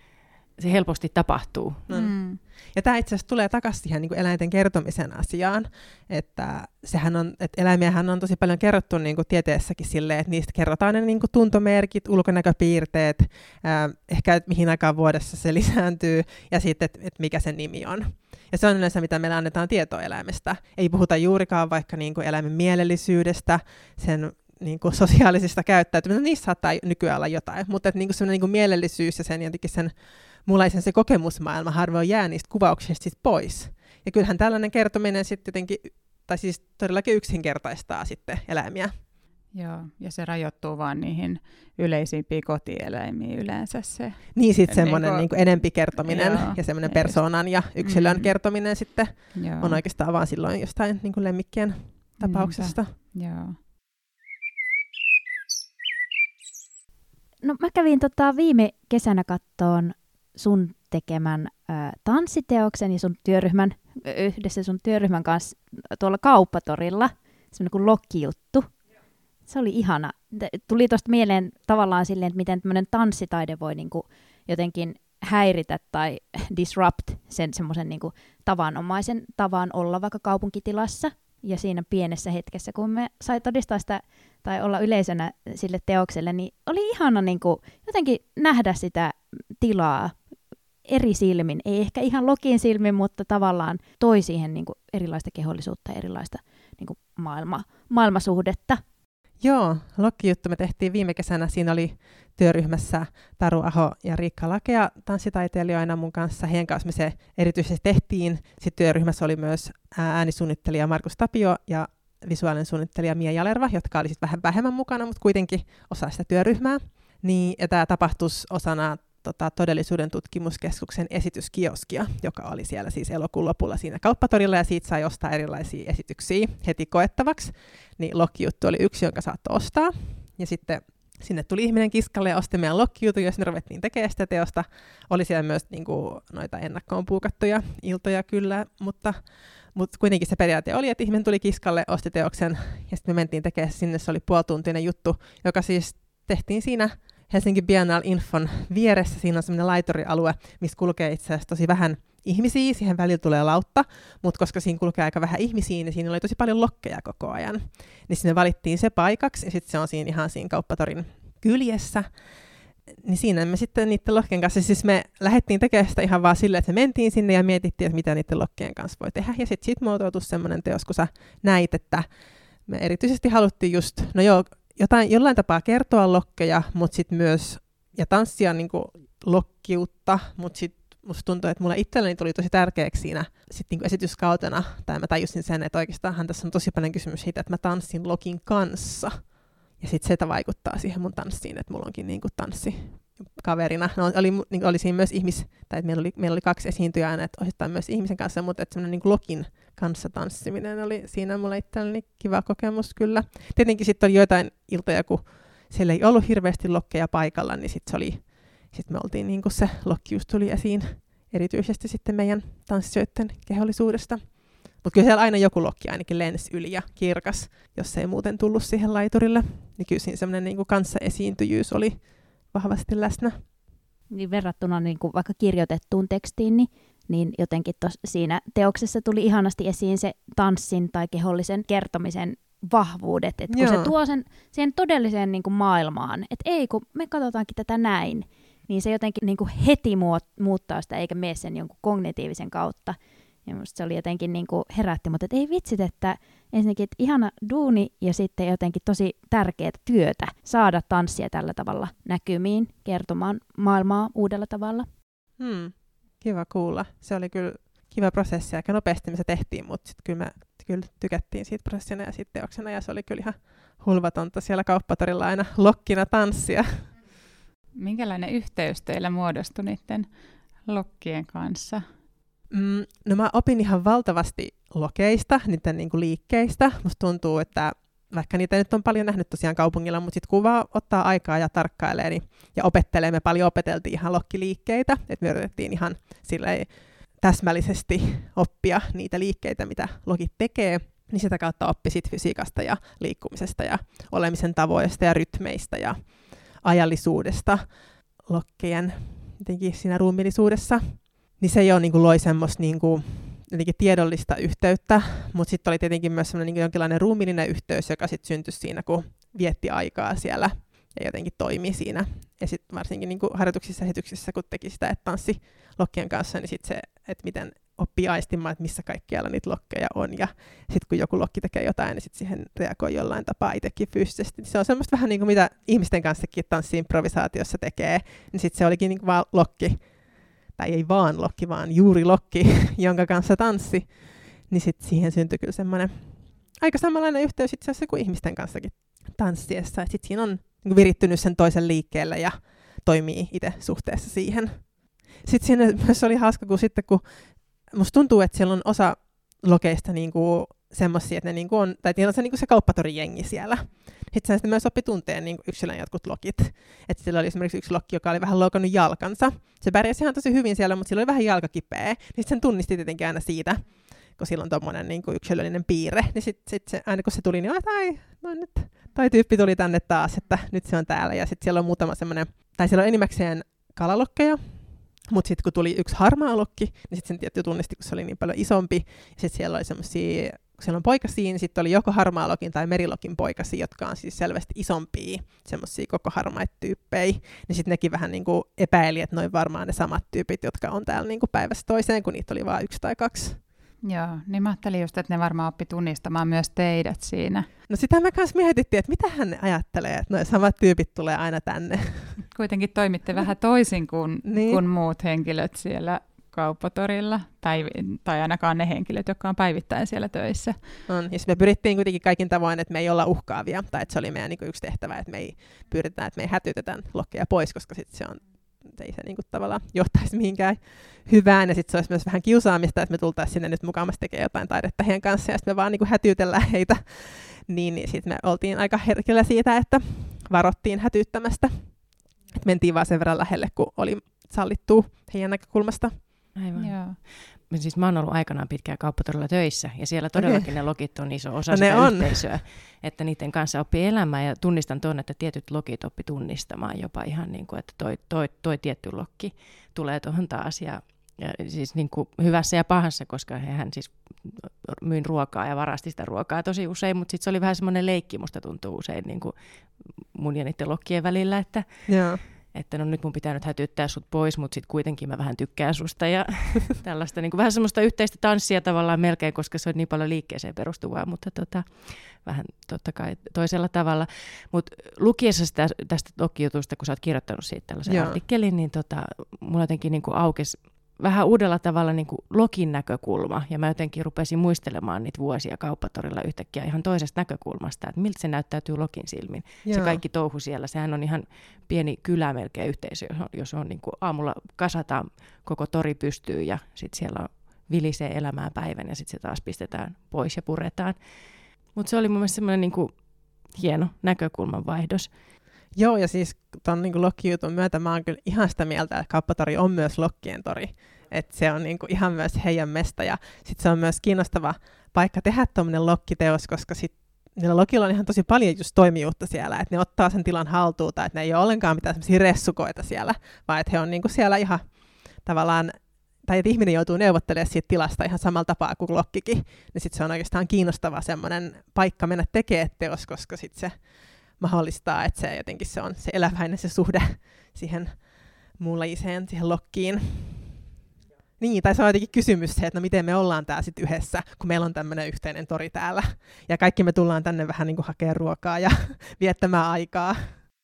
se helposti tapahtuu. Ja tämä itse asiassa tulee takaisin siihen niin kuin eläinten kertomisen asiaan, että eläimiähän on tosi paljon kerrottu niin kuin tieteessäkin silleen, että niistä kerrotaan ne niin kuin tuntomerkit, ulkonäköpiirteet, ehkä että mihin aikaan vuodessa se lisääntyy ja sitten, että mikä sen nimi on. Ja se on yleensä, mitä meillä annetaan tietoa eläimestä. Ei puhuta juurikaan vaikka niin kuin eläimen mielellisyydestä, sen niin kuin sosiaalisista käyttäytymistä, niissä saattaa nykyään olla jotain, mutta niin kuin sellainen niin kuin mielellisyys ja sen jotenkin sen muunlaisen se kokemusmaailma harvoin jää niistä kuvauksista sit pois. Ja kyllähän tällainen kertominen sitten jotenkin, tai siis todellakin yksinkertaistaa sitten eläimiä. Joo, ja se rajoittuu vaan niihin yleisimpiin kotieläimiin yleensä se. Niin sitten semmoinen niin enempi kertominen ja semmoinen persoonan ja yksilön kertominen sitten on oikeastaan vaan silloin jostain niin kuin lemmikkien tapauksesta. Joo. No mä kävin viime kesänä kattoon sun tekemän tanssiteoksen ja yhdessä sun työryhmän kanssa tuolla kauppatorilla, semmoinen kuin Lokki-juttu. Se oli ihana. Tuli tuosta mieleen tavallaan silleen, että miten tämmöinen tanssitaide voi niinku jotenkin häiritä tai disrupt sen semmoisen niinku tavanomaisen tavan olla vaikka kaupunkitilassa. Ja siinä pienessä hetkessä, kun me sai todistaa sitä tai olla yleisönä sille teokselle, niin oli ihana niin kuin jotenkin nähdä sitä tilaa eri silmin. Ei ehkä ihan Lokin silmin, mutta tavallaan toi siihen niin kuin erilaista kehollisuutta ja erilaista niin kuin maailmasuhdetta. Joo, Lokki-juttu me tehtiin viime kesänä. Siinä oli työryhmässä Taru Aho ja Riikka Lakea tanssitaiteilijoina mun kanssa. Heidän kanssa me se erityisesti tehtiin. Sitten työryhmässä oli myös äänisuunnittelija Markus Tapio ja visuaalinen suunnittelija Mia Jalerva, jotka oli sitten vähän vähemmän mukana, mutta kuitenkin osa sitä työryhmää. Niin, ja tämä tapahtuisi osana Todellisuuden tutkimuskeskuksen esityskioskia, joka oli siellä siis elokuun lopulla siinä kauppatorilla, ja siitä sai ostaa erilaisia esityksiä heti koettavaksi. Niin Lokki-juttu oli yksi, jonka saattoi ostaa. Ja sitten sinne tuli ihminen kiskalle ja osti meidän Lokki-jutun, jos ne ruvettiin tekemään sitä teosta. Oli siellä myös niin kuin, noita ennakkoon puukattuja iltoja kyllä, mutta kuitenkin se periaate oli, että ihminen tuli kiskalle, osti teoksen, ja sitten me mentiin tekemään sinne. Se oli puolituntinen juttu, joka siis tehtiin siinä Helsinki Biennale Infon vieressä. Siinä on semmoinen laitorialue, missä kulkee itse asiassa tosi vähän ihmisiä. Siihen välillä tulee lautta, mutta koska siinä kulkee aika vähän ihmisiä, niin siinä oli tosi paljon lokkeja koko ajan. Niin sinne valittiin se paikaksi, ja sitten se on ihan siinä kauppatorin kyljessä. Niin siinä me sitten niiden lokkien kanssa, siis me lähdettiin tekemään sitä ihan vaan silleen, että me mentiin sinne ja mietittiin, että mitä niiden lokkien kanssa voi tehdä. Ja sitten siitä muotoutui semmoinen teos, kun sä näit, että me erityisesti haluttiin just, jollain tapaa kertoa lokkeja, mutta sitten myös, ja tanssia niin kuin lokkiutta, mutta sitten musta tuntuu, että mulle itselleni tuli tosi tärkeäksi siinä sit niinku esityskautena, tai mä tajusin sen, että oikeastaan tässä on tosi paljon kysymys siitä, että mä tanssin Lokin kanssa. Ja sitten se vaikuttaa siihen mun tanssiin, että mulla onkin niinku tanssi kaverina. No, oli siinä myös meillä oli 2 esiintyjää, että osittain myös ihmisen kanssa, mutta että semmoinen niinku Lokin kanssa tanssiminen oli siinä mulle itselleni kiva kokemus kyllä. Tietenkin sitten oli joitain iltoja, kun siellä ei ollut hirveästi lokkeja paikalla, niin sitten me oltiin niinku se lokki just tuli esiin erityisesti sitten meidän tanssijoiden kehollisuudesta. Mutta kyllä siellä aina joku lokki ainakin lensi yli ja kirkas, jos ei muuten tullut siihen laiturille. Niin kyllä siinä semmoinen niinku kanssaesiintyjyys oli vahvasti läsnä. Niin verrattuna niinku vaikka kirjoitettuun tekstiin, niin jotenkin siinä teoksessa tuli ihanasti esiin se tanssin tai kehollisen kertomisen vahvuudet. Että kun se tuo sen todelliseen niinku maailmaan, että ei kun me katsotaankin tätä näin, niin se jotenkin niinku heti muuttaa sitä eikä mene sen jonkun kognitiivisen kautta. Ja musta se oli jotenkin niinku herätti, mutta ei vitsit, että ensinnäkin että ihana duuni ja sitten jotenkin tosi tärkeää työtä saada tanssia tällä tavalla näkymiin, kertomaan maailmaa uudella tavalla. Kiva kuulla. Se oli kyllä kiva prosessi. Aika nopeasti me se tehtiin, mutta sitten me kyllä tykättiin siitä prosessina ja siitä teoksena. Ja se oli kyllä ihan hulvatonta siellä kauppatorilla aina lokkina tanssia. Minkälainen yhteys teillä muodostui niiden lokkien kanssa? No mä opin ihan valtavasti lokeista, niiden niinku liikkeistä. Musta tuntuu, että vaikka niitä nyt on paljon nähnyt tosiaan kaupungilla, mutta sitten kun vaan ottaa aikaa ja tarkkailee ja opettelee, me paljon opeteltiin ihan lokkiliikkeitä, että me yritettiin ihan silleen täsmällisesti oppia niitä liikkeitä, mitä lokit tekee, niin sitä kautta oppi sit fysiikasta ja liikkumisesta ja olemisen tavoista ja rytmeistä ja ajallisuudesta lokkien jotenkin siinä ruumiillisuudessa. Niin se jo niin kuin loi semmoista niin kuin jotenkin tiedollista yhteyttä, mutta sitten oli tietenkin myös semmoinen niin jonkinlainen ruumiillinen yhteys, joka sitten syntyi siinä, kun vietti aikaa siellä ja jotenkin toimi siinä. Ja sitten varsinkin niin kuin harjoituksissa ja esityksissä, kun teki sitä, että tanssi lokkien kanssa, niin sitten se, että miten oppii aistimaan, että missä kaikkialla niitä lokkeja on. Ja sitten kun joku lokki tekee jotain, niin sitten siihen reagoi jollain tapaa itsekin fyysisesti. Se on semmoista vähän niin kuin mitä ihmisten kanssakin tanssi-improvisaatiossa tekee, niin sitten se olikin niin kuin vaan lokki. Tai ei vaan lokki, vaan juuri lokki, jonka kanssa tanssi, niin sitten siihen syntyi kyllä semmoinen aika samanlainen yhteys itse asiassa kuin ihmisten kanssakin tanssiessa. Sitten siinä on niin virittynyt sen toisen liikkeelle ja toimii itse suhteessa siihen. Sitten siinä myös oli hauska, kun musta tuntuu, että siellä on osa lokeista niinku semmoisia, että ne niinku on, tai niillä on se, niinku se kauppatorijengi siellä. Sitten se myös oppi tunteen niinku yksilön jotkut lokit. Että sillä oli esimerkiksi yksi lokki, joka oli vähän loukannut jalkansa. Se pärjäsi ihan tosi hyvin siellä, mutta sillä oli vähän jalkakipeä. Niin sen tunnisti tietenkin aina siitä, kun sillä on tommonen niinku yksilöllinen piirre. Niin sitten se, aina kun se tuli, niin nyt toi tyyppi tuli tänne taas, että nyt se on täällä. Ja sitten siellä on muutama semmoinen, tai siellä on enimmäkseen kalalokkeja. Mutta sitten kun tuli yksi harmaa lokki, niin sitten sen tietty tunnisti, kun se oli niin paljon isompi. Ja sitten siellä oli semmoisia, kun siellä on poikasia, niin sitten oli joko harmaa lokin tai merilokin poikasia, jotka on siis selvästi isompia, semmoisia koko harmaita tyyppejä. Niin sitten nekin vähän niin kuin epäili, että noin varmaan ne samat tyypit, jotka on täällä niin kuin päivästä toiseen, kun niitä oli vain 1 tai 2. Joo, niin mä ajattelin just, että ne varmaan oppi tunnistamaan myös teidät siinä. No sitä me kanssa mietittiin, että mitähän ne ajattelee, että nuo samat tyypit tulee aina tänne. Kuitenkin toimitte vähän toisin kuin muut henkilöt siellä kauppatorilla, tai ainakaan ne henkilöt, jotka on päivittäin siellä töissä. On, ja me pyrittiin kuitenkin kaikin tavoin, että me ei olla uhkaavia, tai että se oli meidän niin kuin yksi tehtävä, että me ei pyritään, että me ei hätytetään lokkeja pois, koska sitten se on ei se niinku tavallaan johtaisi mihinkään hyvään, ja sitten se olisi myös vähän kiusaamista, että me tultaisiin sinne nyt mukamas tekemään jotain taidetta heidän kanssa, ja sitten me vaan niinku hätyytellään heitä, niin sitten me oltiin aika herkillä siitä, että varottiin hätyyttämästä, että mentiin vaan sen verran lähelle, kun oli sallittua heidän näkökulmasta. Aivan. Joo. Siis mä oon ollut aikanaan pitkään kauppatorilla töissä, ja siellä todellakin ne lokit on iso osa sitä yhteisöä, että niiden kanssa oppii elämään, ja tunnistan tuon, että tietyt lokit oppi tunnistamaan jopa ihan niin kuin, että toi tietty lokki tulee tuohon taas, ja siis niin kuin hyvässä ja pahassa, koska hän siis myin ruokaa ja varasti sitä ruokaa tosi usein, mutta sitten se oli vähän semmoinen leikki, musta tuntuu usein niin kuin mun ja niiden lokkien välillä, että... Joo. Että no nyt mun pitää nyt hätyttää sut pois, mutta sitten kuitenkin mä vähän tykkään susta ja tällaista niin kuin vähän semmoista yhteistä tanssia tavallaan melkein, koska se on niin paljon liikkeeseen perustuvaa, mutta vähän totta kai toisella tavalla. Mutta lukiessa tästä lokkijutusta, kun sä oot kirjoittanut siitä tällaisen artikkelin, niin mulla jotenkin niin kuin aukesi vähän uudella tavalla niin kuin Lokin näkökulma, ja mä jotenkin rupesin muistelemaan niitä vuosia Kauppatorilla yhtäkkiä ihan toisesta näkökulmasta, että miltä se näyttäytyy Lokin silmin. Joo. Se kaikki touhu siellä, sehän on ihan pieni kylä melkein yhteisö, jos on niin kuin aamulla kasataan koko tori pystyyn, ja sitten siellä on vilisee elämää päivän, ja sitten se taas pistetään pois ja puretaan. Mutta se oli mun mielestä semmoinen niin kuin hieno näkökulman vaihdos. Joo, ja siis tuon niin Lokki-jutun myötä mä oon kyllä ihan sitä mieltä, että Kauppatori on myös Lokkien tori. Että se on niin kuin ihan myös heidän mesta. Ja sitten se on myös kiinnostava paikka tehdä tuommoinen Lokkiteos, koska sitten niillä Lokilla on ihan tosi paljon just toimijuutta siellä. Että ne ottaa sen tilan haltuun, tai että ne ei ole ollenkaan mitään semmoisia ressukoita siellä, vaan että he on niin kuin siellä ihan tavallaan, tai että ihminen joutuu neuvottelemaan siitä tilasta ihan samalla tapaa kuin Lokkikin. Niin sitten se on oikeastaan kiinnostava semmoinen paikka mennä tekemään teos, koska sitten se mahdollistaa, että se jotenkin se on se eläväinen se suhde siihen muunlajiseen, siihen Lokkiin. Niin, tai se on jotenkin kysymys se, että no miten me ollaan täällä sitten yhdessä, kun meillä on tämmöinen yhteinen tori täällä. Ja kaikki me tullaan tänne vähän niin kuin hakemaan ruokaa ja viettämään aikaa.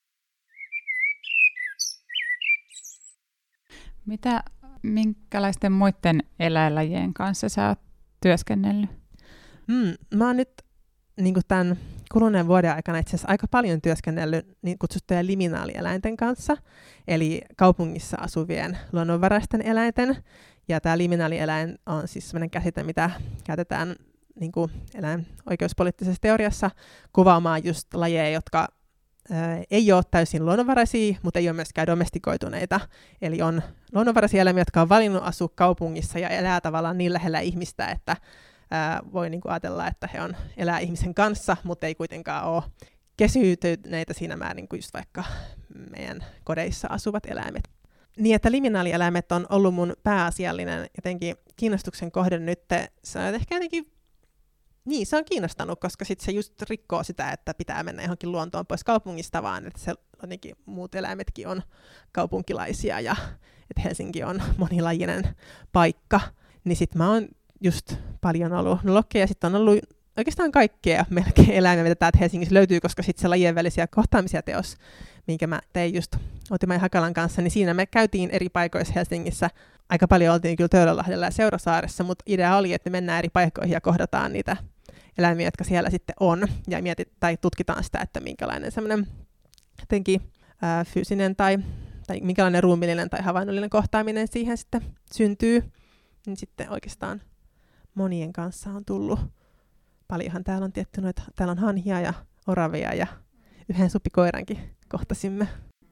Minkälaisten muiden eläinlajien kanssa sä oot työskennellyt? Mä oon nyt niin kuin tämän kuluneen vuoden aikana itse asiassa aika paljon työskennellyt niin kutsuttujen liminaalieläinten kanssa, eli kaupungissa asuvien luonnonvaraisten eläinten. Ja tämä liminaalieläin on siis sellainen käsite, mitä käytetään niin kuin eläinoikeuspoliittisessa teoriassa kuvaamaan just lajeja, jotka ei ole täysin luonnonvaraisia, mutta ei ole myöskään domestikoituneita. Eli on luonnonvaraisia eläimiä, jotka on valinnut asua kaupungissa ja elää tavallaan niin lähellä ihmistä, että voi niin kuin ajatella, että he elää ihmisen kanssa, mutta ei kuitenkaan ole kesyytyneitä siinä määrin kuin just vaikka meidän kodeissa asuvat eläimet. Niin, että liminaalieläimet on ollut mun pääasiallinen jotenkin kiinnostuksen kohde nyt. Se on ehkä jotenkin, niin se on kiinnostanut, koska sit se just rikkoo sitä, että pitää mennä johonkin luontoon pois kaupungista, vaan että se jotenkin muut eläimetkin on kaupunkilaisia ja että Helsinki on monilajinen paikka. Niin sit mä oon just paljon ollut lokkeja, sitten on ollut oikeastaan kaikkea melkein eläimiä, mitä täältä Helsingissä löytyy, koska sitten se lajien välisiä kohtaamisia teos, minkä mä tein just Outi-Maija Hakalan kanssa, niin siinä me käytiin eri paikoissa Helsingissä. Aika paljon oltiin kyllä Töölönlahdella ja Seurasaaressa, mutta idea oli, että me mennään eri paikkoihin ja kohdataan niitä eläimiä, jotka siellä sitten on, ja tai tutkitaan sitä, että minkälainen semmoinen jotenkin fyysinen tai minkälainen ruumiillinen tai havainnollinen kohtaaminen siihen sitten syntyy. Niin sitten oikeastaan monien kanssa on tullut. Paljonhan täällä on tietty noita, täällä on hanhia ja oravia ja yhden supikoirankin kohtasimme.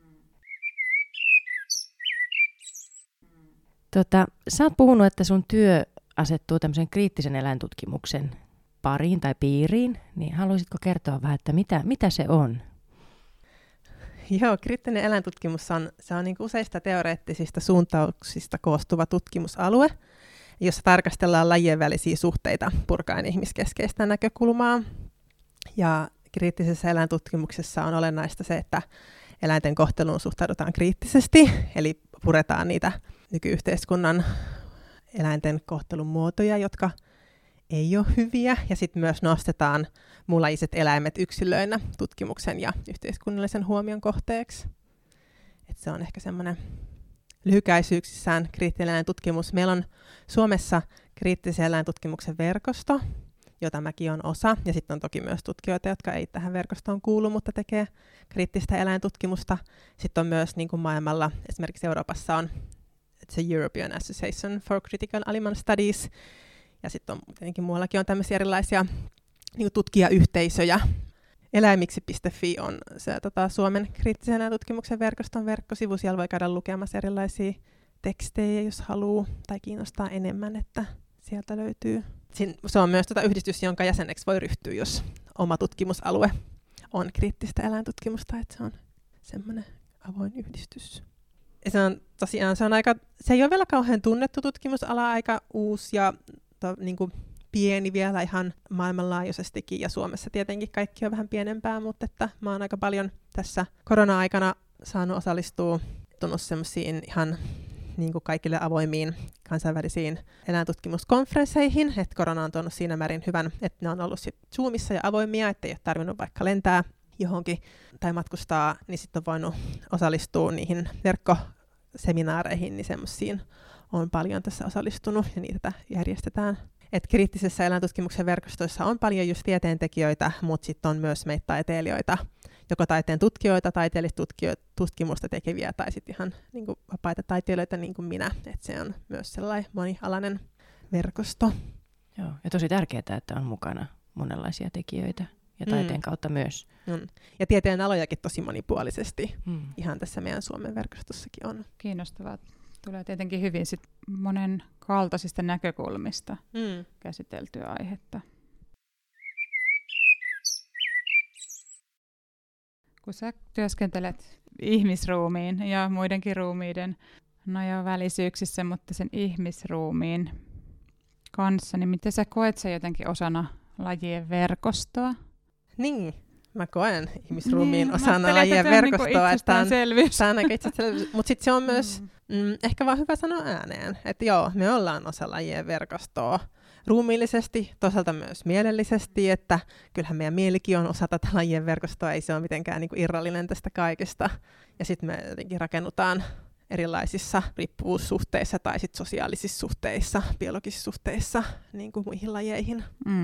Sä oot puhunut, että sun työ asettuu tämmöisen kriittisen eläintutkimuksen pariin tai piiriin, niin haluaisitko kertoa vähän, että mitä se on? Joo, kriittinen eläintutkimus on niin kuin useista teoreettisista suuntauksista koostuva tutkimusalue, jossa tarkastellaan lajien välisiä suhteita purkaen ihmiskeskeistä näkökulmaa. Ja kriittisessä eläintutkimuksessa on olennaista se, että eläinten kohteluun suhtaudutaan kriittisesti, eli puretaan niitä nykyyhteiskunnan eläinten kohtelun muotoja, jotka ei ole hyviä, ja sitten myös nostetaan muunlajiset eläimet yksilöinä tutkimuksen ja yhteiskunnallisen huomion kohteeksi. Et se on ehkä semmoinen lyhykäisyyksissään kriittinen eläintutkimus. Meillä on Suomessa kriittisen eläintutkimuksen verkosto, jota mäkin on osa, ja sitten on toki myös tutkijoita, jotka ei tähän verkostoon kuulu, mutta tekee kriittistä eläintutkimusta. Sitten on myös niin kuin maailmalla, esimerkiksi Euroopassa on se European Association for Critical Animal Studies, ja sitten on tietenkin muuallakin on tämmöisiä erilaisia niin kuin tutkijayhteisöjä. Eläimiksi.fi on se Suomen kriittisen eläintutkimuksen verkoston verkkosivu. Siellä voi käydä lukemassa erilaisia tekstejä, jos haluaa tai kiinnostaa enemmän, että sieltä löytyy. Se on myös yhdistys, jonka jäseneksi voi ryhtyä, jos oma tutkimusalue on kriittistä eläintutkimusta, että se on semmoinen avoin yhdistys. Ja se on tosiaan, se ei ole vielä kauhean tunnettu tutkimusala, aika uusi ja niin kuin pieni vielä ihan maailmanlaajuisestikin, ja Suomessa tietenkin kaikki on vähän pienempää, mutta että mä oon aika paljon tässä korona-aikana saanut osallistua semmoisiin ihan niin kuin kaikille avoimiin kansainvälisiin eläintutkimuskonferensseihin, että korona on tuonut siinä määrin hyvän, että ne on ollut sit Zoomissa ja avoimia, ettei ole tarvinnut vaikka lentää johonkin tai matkustaa, niin sitten on voinut osallistua niihin verkkoseminaareihin, niin semmoisiin on paljon tässä osallistunut ja niitä järjestetään. Et kriittisessä eläintutkimuksen verkostoissa on paljon just tieteentekijöitä, mutta sitten on myös meitä taiteilijoita, joko taiteen tutkijoita, taiteellista tutkimusta tekeviä tai sitten ihan niin kuin vapaita taiteilijoita niin kuin minä. Et se on myös sellainen monialainen verkosto. Joo, ja tosi tärkeää, että on mukana monenlaisia tekijöitä ja taiteen kautta myös. Ja tieteen alojakin tosi monipuolisesti. Ihan tässä meidän Suomen verkostossakin on. Kiinnostavaa. Tulee tietenkin hyvin sit monen kaltaisista näkökulmista käsiteltyä aihetta. Kun sä työskentelet ihmisruumiin ja muidenkin ruumiiden välisyyksissä, mutta sen ihmisruumiin kanssa, niin miten sä koet sen jotenkin osana lajien verkostoa? Niin, mä koen ihmisruumiin osana lajien verkostoa. Itsestäänselvyys. Tämä on aika itsestäänselvyys. Mutta sitten se on myös ehkä vaan hyvä sanoa ääneen, että joo, me ollaan osa lajien verkostoa ruumiillisesti, toisaalta myös mielellisesti, että kyllähän meidän mielikin on osa tätä lajien verkostoa, ei se ole mitenkään niin kuin irrallinen tästä kaikesta. Ja sitten me jotenkin rakennutaan erilaisissa riippuvuussuhteissa tai sit sosiaalisissa suhteissa, biologisissa suhteissa niin kuin muihin lajeihin.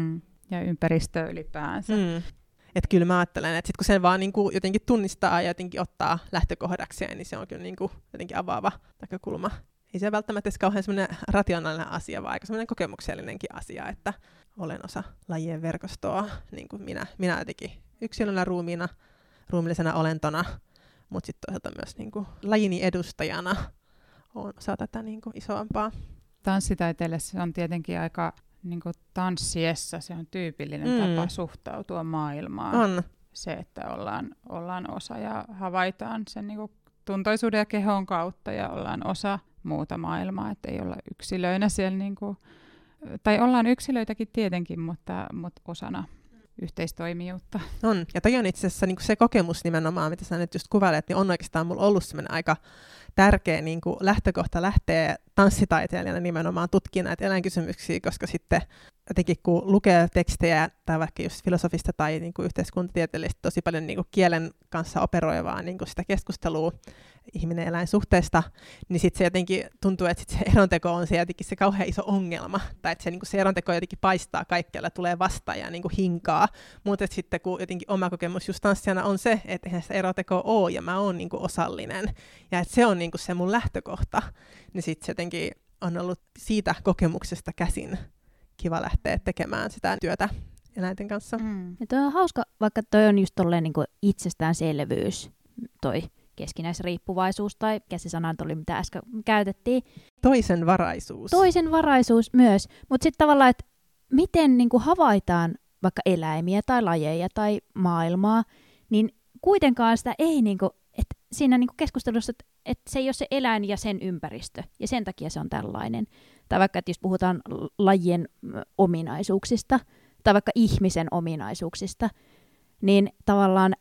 Ja ympäristöä ylipäänsä. Että kyllä mä ajattelen, että sit kun sen vaan niin kuin jotenkin tunnistaa ja jotenkin ottaa lähtökohdakseen, niin se on kyllä niin kuin jotenkin avaava näkökulma. Ei se välttämättä edes kauhean semmoinen rationaalinen asia, vaan aika semmoinen kokemuksellinenkin asia, että olen osa lajien verkostoa, niin kuin minä jotenkin yksilönä ruumiillisena olentona, mutta sitten toisaalta myös niin kuin lajini edustajana olen osa tätä niin kuin isompaa. Tanssitaiteelle se on tietenkin aika niin kuin tanssiessa, se on tyypillinen tapa suhtautua maailmaan. On. Se, että ollaan osa ja havaitaan sen niin kuin tuntoisuuden ja kehon kautta ja ollaan osa muuta maailmaa, että ei olla yksilöinä siellä, niin kuin, tai ollaan yksilöitäkin tietenkin, mutta osana yhteistoimijuutta. On, ja toi on itse asiassa niin kuin se kokemus nimenomaan, mitä sä nyt just kuvailet, niin on oikeastaan mulla ollut semmoinen aika tärkeä niin kuin lähtökohta lähteä tanssitaiteilijana nimenomaan tutkimaan näitä eläinkysymyksiä, koska sitten jotenkin kun lukee tekstejä tai vaikka just filosofista tai niin kuin yhteiskuntatieteellistä tosi paljon niin kuin kielen kanssa operoivaa niin kuin sitä keskustelua ihminen-eläinsuhteesta, niin sitten se jotenkin tuntuu, että sit se eronteko on se jotenkin se kauhean iso ongelma, tai että se, niin kuin se eronteko jotenkin paistaa kaikkialla, tulee vastaan ja niin kuin hinkaa, mutta sitten kun jotenkin oma kokemus just tanssijana on se, että eihän sitä erontekoa ole ja mä oon niin kuin osallinen, ja että se on niin kuin se mun lähtökohta, niin sitten se jotenkin on ollut siitä kokemuksesta käsin kiva lähteä tekemään sitä työtä eläinten kanssa. Ja toi on hauska, vaikka toi on just tolleen niin kuin itsestäänselvyys, toi keskinäisriippuvaisuus, tai mikä se sana oli, mitä äsken käytettiin. Toisenvaraisuus. Toisenvaraisuus myös, mutta sitten tavallaan, että miten niin kuin havaitaan vaikka eläimiä tai lajeja tai maailmaa, niin kuitenkaan sitä ei, niin kuin, että siinä niin kuin keskustelussa, että se ei ole se eläin ja sen ympäristö, ja sen takia se on tällainen. Tai vaikka, että jos puhutaan lajien ominaisuuksista, tai vaikka ihmisen ominaisuuksista, niin tavallaan,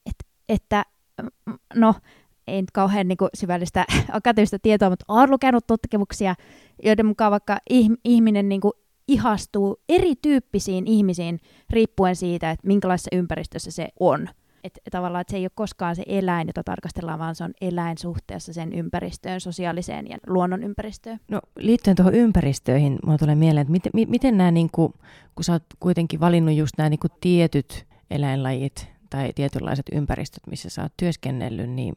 että no, ei nyt kauhean niin kuin syvällistä akateemista tietoa, mutta olen lukenut tutkimuksia, joiden mukaan vaikka ihminen niin kuin ihastuu erityyppisiin ihmisiin riippuen siitä, että minkälaisessa ympäristössä se on. Että tavallaan että se ei ole koskaan se eläin, jota tarkastellaan, vaan se on eläin suhteessa sen ympäristöön, sosiaaliseen ja luonnon ympäristöön. No liittyen tuohon ympäristöihin, minulle tulee mieleen, että miten nämä, niin kuin, kun sä oot kuitenkin valinnut just nämä niin kuin tietyt eläinlajit tai tietynlaiset ympäristöt, missä sä oot työskennellyt, niin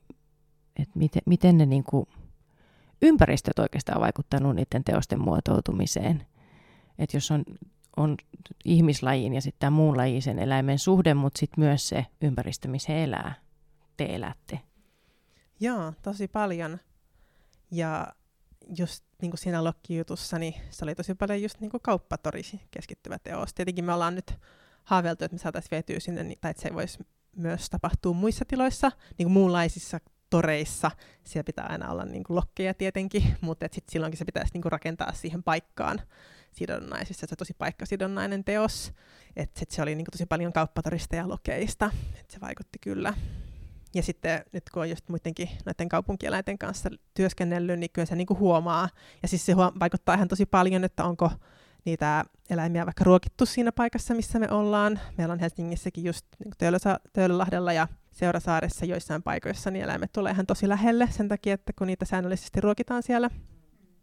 että miten ne niin kuin ympäristöt oikeastaan vaikuttanut niiden teosten muotoutumiseen? Että jos on ihmislajin ja sitten tämä muun lajisen eläimen suhde, mutta sitten myös se ympäristö, missä te elätte. Joo, tosi paljon. Ja just niin kuin siinä Lokki-jutussa, niin se oli tosi paljon just niin kuin kauppatorisi keskittyvä teos. Tietenkin me ollaan nyt haaveiltu, että me saataisiin vietyä sinne, tai että se voisi myös tapahtua muissa tiloissa, niin kuin muunlaisissa toreissa. Siellä pitää aina olla niin kuin lokkeja tietenkin, mutta sitten silloinkin se pitäisi niin kuin rakentaa siihen paikkaan sidonnaisissa. Se on tosi paikkasidonnainen teos. Että se oli niin kuin tosi paljon kauppatorista ja lokeista. Et se vaikutti kyllä. Ja sitten nyt kun on just muidenkin noiden kaupunkieläinten kanssa työskennellyt, niin kyllä se niin kuin huomaa. Ja siis se vaikuttaa ihan tosi paljon, että onko niitä eläimiä vaikka ruokittu siinä paikassa, missä me ollaan. Meillä on Helsingissäkin just niin Töölölahdella ja Seurasaaressa joissain paikoissa, niin eläimet tulee ihan tosi lähelle sen takia, että kun niitä säännöllisesti ruokitaan siellä,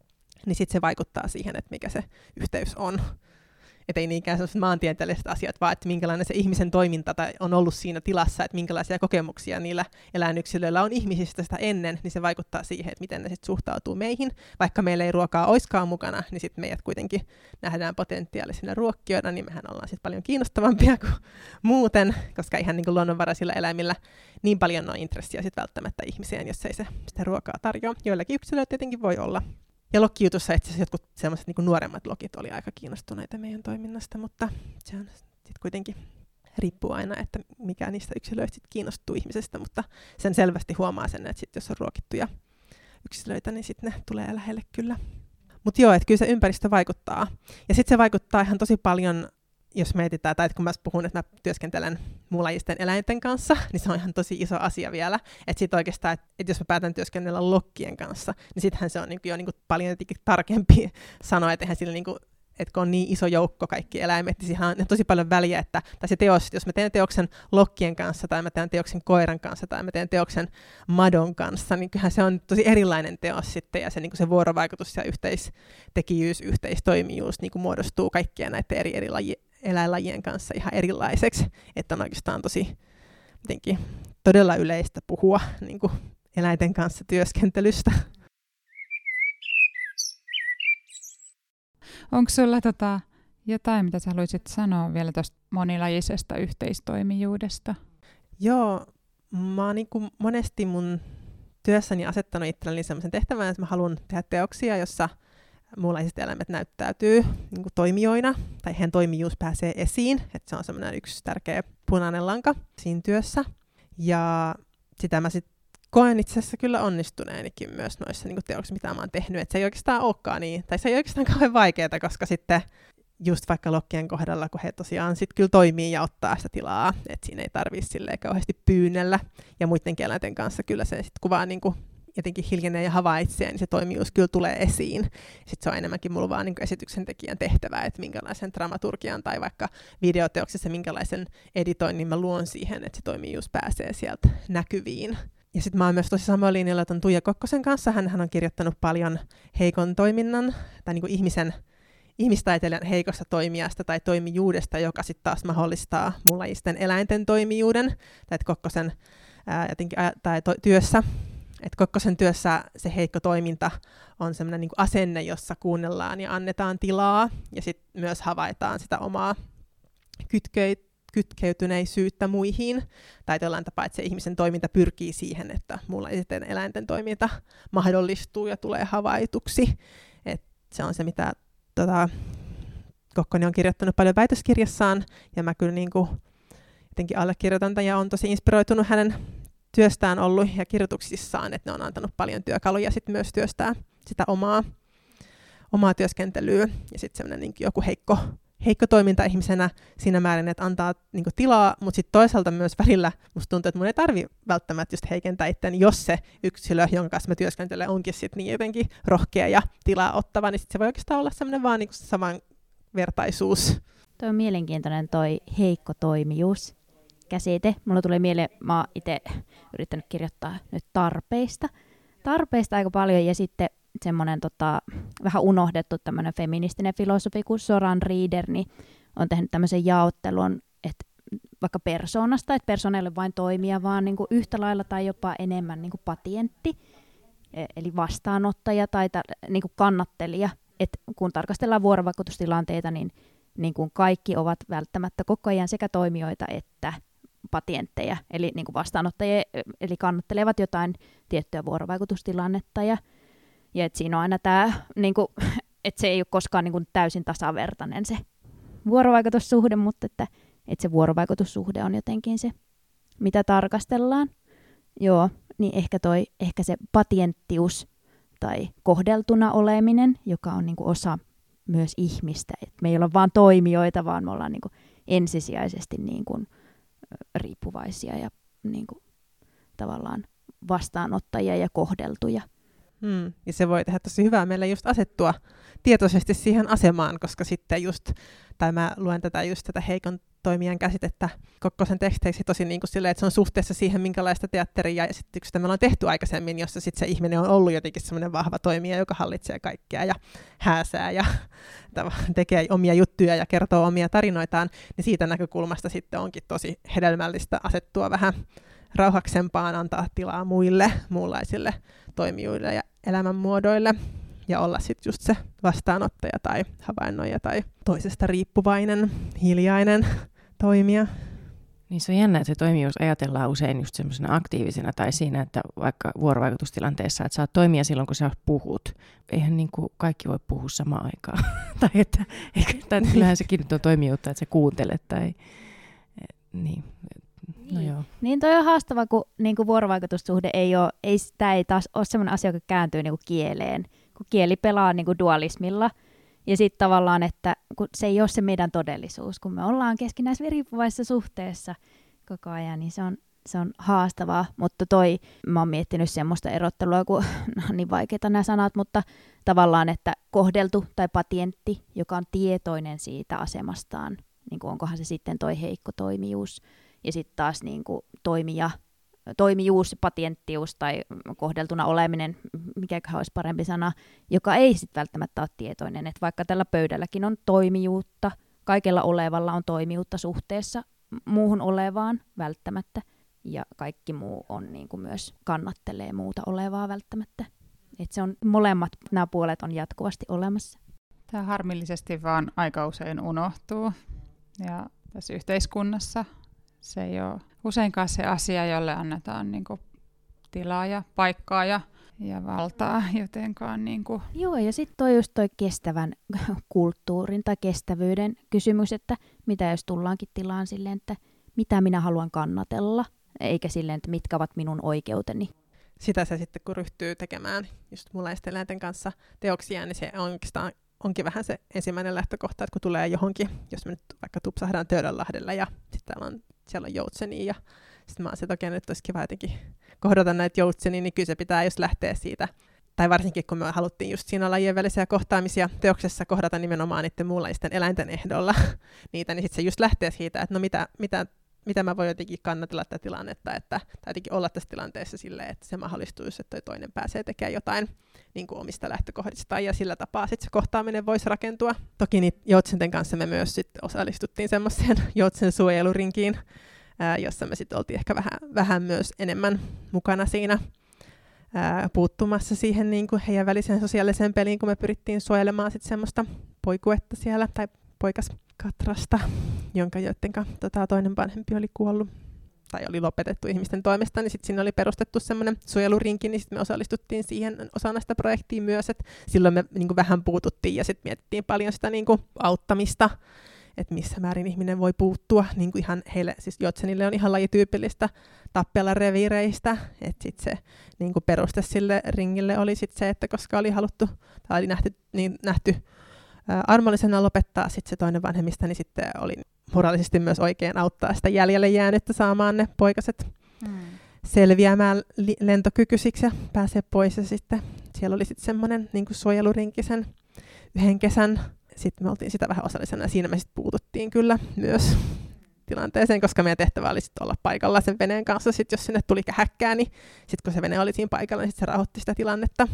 niin sitten se vaikuttaa siihen, että mikä se yhteys on. Että ei niinkään sellaiset maantieteelliset asiat, vaan että minkälainen se ihmisen toiminta on ollut siinä tilassa, että minkälaisia kokemuksia niillä eläinyksilöillä on ihmisistä sitä ennen, niin se vaikuttaa siihen, että miten ne sitten suhtautuu meihin. Vaikka meillä ei ruokaa oiskaan mukana, niin sitten meidät kuitenkin nähdään potentiaalisina ruokkijoina, niin mehän ollaan sitten paljon kiinnostavampia kuin muuten, koska ihan niin kuin luonnonvaraisilla eläimillä niin paljon on intressiä sitten välttämättä ihmiseen, jos ei se sitä ruokaa tarjoa. Joillakin yksilöillä tietenkin voi olla. Ja lokkijutussa itse asiassa jotkut sellaiset niin nuoremmat lokit oli aika kiinnostuneita meidän toiminnasta, mutta se on sitten kuitenkin riippuu aina, että mikä niistä yksilöistä sit kiinnostuu ihmisestä, mutta sen selvästi huomaa sen, että sit jos on ruokittuja yksilöitä, niin sitten ne tulee lähelle kyllä. Mutta joo, että kyllä se ympäristö vaikuttaa. Ja sitten se vaikuttaa ihan tosi paljon, jos mietitään, tai kun mä puhun, että mä työskentelen muunlajisten eläinten kanssa, niin se on ihan tosi iso asia vielä. Että sitten oikeastaan, että jos mä päätän työskennellä lokkien kanssa, niin sittenhän se on jo paljon jotenkin tarkempi sanoa, että eihän sillä että kun on niin iso joukko kaikki eläimet, niin siihen on tosi paljon väliä, tai se teos, jos mä teen teoksen lokkien kanssa, tai mä teen teoksen koiran kanssa, tai mä teen teoksen madon kanssa, niin kyllähän se on tosi erilainen teos sitten, ja se vuorovaikutus ja yhteistekijyys, yhteistoimijuus muodostuu kaikkien näiden eri eläinlajien kanssa ihan erilaiseksi, että on oikeastaan tosi jotenkin todella yleistä puhua eläinten kanssa työskentelystä. Onko sulla jotain, mitä sä haluaisit sanoa vielä tuosta monilajisesta yhteistoimijuudesta? Joo, mä oon monesti mun työssäni asettanut itselleni sellaisen tehtävän, että mä haluan tehdä teoksia, jossa muunlaiset eläimet näyttäytyy toimijoina, tai heidän toimijuus pääsee esiin, että se on semmoinen yksi tärkeä punainen lanka siinä työssä. Ja sitä mä sitten koen itse asiassa kyllä onnistuneenikin myös noissa teoksissa, mitä mä oon tehnyt, että se ei oikeastaan olekaan niin, tai se ei oikeastaan kauhean vaikeaa, koska sitten just vaikka lokkien kohdalla, kun he tosiaan sitten kyllä toimii ja ottaa sitä tilaa, että siinä ei tarvitse silleen kauheasti pyynnellä, ja muidenkin eläinten kanssa kyllä se sitten kuvaa jotenkin hiljenee ja havaitsee, niin se toimijuus kyllä tulee esiin. Sitten se on enemmänkin mulla vaan esityksen tekijän tehtävä, että minkälaisen dramaturgian tai vaikka videoteoksessa minkälaisen editoinnin mä luon siihen, että se toimijuus pääsee sieltä näkyviin. Ja sitten mä oon myös tosi samalla linjalla ton Tuija Kokkosen kanssa. Hän on kirjoittanut paljon heikon toiminnan tai ihmistaiteilijan heikosta toimijasta tai toimijuudesta, joka sitten taas mahdollistaa muunlajisten eläinten toimijuuden. Tai Kokkosen työssä. Että Kokkosen työssä se heikko toiminta on semmoinen asenne, jossa kuunnellaan ja annetaan tilaa ja sitten myös havaitaan sitä omaa kytkeytyneisyyttä muihin, tai jollain tapaa, että se ihmisen toiminta pyrkii siihen, että muunlaisten eläinten toiminta mahdollistuu ja tulee havaituksi. Et se on se, mitä Kokkonen on kirjoittanut paljon väitöskirjassaan, ja mä kyllä jotenkin allekirjoitan tämän, ja on tosi inspiroitunut hänen työstään ollut ja kirjoituksissaan, että ne on antanut paljon työkaluja sit myös työstää sitä omaa työskentelyä, ja sitten semmoinen joku heikko toiminta ihmisenä siinä määrin, että antaa tilaa, mutta sitten toisaalta myös välillä musta tuntuu, että mun ei tarvitse välttämättä just heikentää itseäni, jos se yksilö, jonka kanssa mä työskentelen, onkin sitten niin jotenkin rohkea ja tilaa ottava, niin sitten se voi oikeastaan olla semmoinen vaan samanvertaisuus. Toi on mielenkiintoinen toi heikko toimijuus käsite. Mulla tulee mieleen, mä oon itse yrittänyt kirjoittaa nyt tarpeista aika paljon, ja sitten semmoinen vähän unohdettu tämmöinen feministinen filosofi kuin Soran Reader, niin on tehnyt tämmöisen jaottelun, että vaikka persoonasta, että persoona ei ole vain toimija, vaan yhtä lailla tai jopa enemmän patientti, eli vastaanottaja tai kannattelija. Et kun tarkastellaan vuorovaikutustilanteita, niin kuin kaikki ovat välttämättä koko ajan sekä toimijoita että patientteja, eli vastaanottajia, eli kannattelevat jotain tiettyä vuorovaikutustilannetta, ja että siinä on aina tämä, että se ei ole koskaan täysin tasavertainen se vuorovaikutussuhde, mutta että se vuorovaikutussuhde on jotenkin se, mitä tarkastellaan. Joo, niin ehkä se patienttius tai kohdeltuna oleminen, joka on osa myös ihmistä. Et me ei olla vaan toimijoita, vaan me ollaan ensisijaisesti riippuvaisia ja tavallaan vastaanottajia ja kohdeltuja. Ja se voi tehdä tosi hyvää meille just asettua tietoisesti siihen asemaan, koska sitten just, tai mä luen tätä heikon toimijan käsitettä koko sen teksteiksi tosi niin kuin silleen, että se on suhteessa siihen, minkälaista teatteria ja sitten me ollaan tehty aikaisemmin, jossa sitten se ihminen on ollut jotenkin semmoinen vahva toimija, joka hallitsee kaikkea ja hääsää ja tekee omia juttuja ja kertoo omia tarinoitaan, niin siitä näkökulmasta sitten onkin tosi hedelmällistä asettua vähän rauhaksempaan, antaa tilaa muunlaisille toimijoille ja elämänmuodoille ja olla sitten just se vastaanottaja tai havainnoija tai toisesta riippuvainen, hiljainen toimija. Niin se on jännä, että se toimijuus ajatellaan usein just semmoisena aktiivisena tai siinä, että vaikka vuorovaikutustilanteessa, että saat toimia silloin, kun sä puhut. Eihän niin kuin kaikki voi puhua samaan aikaan. tai kyllähän sekin nyt on toimijuutta, että sä kuuntelet tai niin. No joo. Niin toi on haastava, kun niinku vuorovaikutussuhde tämä ei taas ole sellainen asia, joka kääntyy niinku kieleen, kun kieli pelaa niinku dualismilla. Ja sitten tavallaan, että kun se ei ole se meidän todellisuus, kun me ollaan keskinäis riippuvaisessa suhteessa koko ajan, niin se on haastavaa. Mutta mä oon miettinyt semmoista erottelua, kun niin vaikeita nämä sanat, mutta tavallaan, että kohdeltu tai patientti, joka on tietoinen siitä asemastaan, niin kuin onkohan se sitten toi heikko toimijuus. Ja sitten taas niin kuin toimijuus, patienttius tai kohdeltuna oleminen, mikäköhän olisi parempi sana, joka ei sitten välttämättä ole tietoinen. Että vaikka tällä pöydälläkin on toimijuutta, kaikella olevalla on toimijuutta suhteessa muuhun olevaan välttämättä. Ja kaikki muu on niin kuin myös kannattelee muuta olevaa välttämättä. Että se on molemmat, nämä puolet on jatkuvasti olemassa. Tämä harmillisesti vaan aika usein unohtuu. Ja tässä yhteiskunnassa se ei ole useinkaan se asia, jolle annetaan niin kuin tilaa ja paikkaa ja valtaa jotenkaan. Niin kuin. Joo, ja sitten just toi kestävän kulttuurin tai kestävyyden kysymys, että mitä jos tullaankin tilaan silleen, että mitä minä haluan kannatella, eikä silleen, että mitkä ovat minun oikeuteni. Sitä se sitten, kun ryhtyy tekemään just muunlaisten eläinten kanssa teoksia, niin se onkin vähän se ensimmäinen lähtökohta, että kun tulee johonkin, jos me nyt vaikka tupsahdaan Töölönlahdella ja sitten siellä on joutsenia ja sitten mä oon se, että okei, nyt olisi kiva jotenkin kohdata näitä joutsenia, niin kyllä se pitää just lähteä siitä. Tai varsinkin, kun me haluttiin just siinä lajien välisiä kohtaamisia teoksessa kohdata nimenomaan niiden muunlaisten eläinten ehdolla niitä, niin sitten se just lähtee siitä, että no mitä mä voin jotenkin kannatella tätä tilannetta, tai jotenkin olla tässä tilanteessa silleen, että se mahdollistuisi, että toi toinen pääsee tekemään jotain niin kuin omista lähtökohdistaan, ja sillä tapaa sitten se kohtaaminen voisi rakentua. Toki niitä joutsenten kanssa me myös sit osallistuttiin semmoiseen joutsen suojelurinkiin, jossa me sitten oltiin ehkä vähän myös enemmän mukana siinä puuttumassa siihen niin kuin heidän väliseen sosiaaliseen peliin, kun me pyrittiin suojelemaan sitten semmoista poikuetta siellä, tai poikaskatrasta, jotenka toinen vanhempi oli kuollut tai oli lopetettu ihmisten toimesta, niin sitten siinä oli perustettu semmoinen suojelurinki, niin sitten me osallistuttiin siihen osana sitä projektia myös, että silloin me niin kuin vähän puututtiin ja sitten mietittiin paljon sitä niin kuin auttamista, että missä määrin ihminen voi puuttua, niin kuin ihan heille, siis joutsenille on ihan lajityypillistä tappella reviireistä, että sitten se niin kuin peruste sille ringille oli sitten se, että koska oli haluttu tai oli nähty armollisena lopettaa sitten se toinen vanhemmista, niin sitten oli moraalisesti myös oikein auttaa sitä jäljelle jäänyttä saamaan ne poikaset selviämään lentokykyisiksi ja pääsee pois. Ja sitten siellä oli sitten semmoinen niin kuin suojelurinki sen yhden kesän. Sitten me oltiin sitä vähän osallisena ja siinä me sitten puututtiin kyllä myös tilanteeseen, koska meidän tehtävä oli sitten olla paikalla sen veneen kanssa. Sitten jos sinne tuli häkkää, niin sitten kun se vene oli siinä paikalla, niin sitten se rauhoitti sitä tilannetta.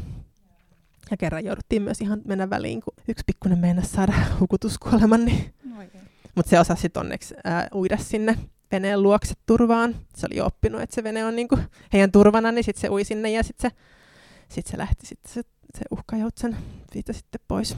Ja kerran jouduttiin myös ihan mennä väliin, kun yksi pikkuinen meinasi saada hukutuskuoleman. Niin. Mutta se osasi sitten onneksi uida sinne veneen luokse turvaan. Se oli jo oppinut, että se vene on niinku heidän turvana, niin sitten se ui sinne ja sitten se lähti sitten se uhkajoutsen siitä sitten pois.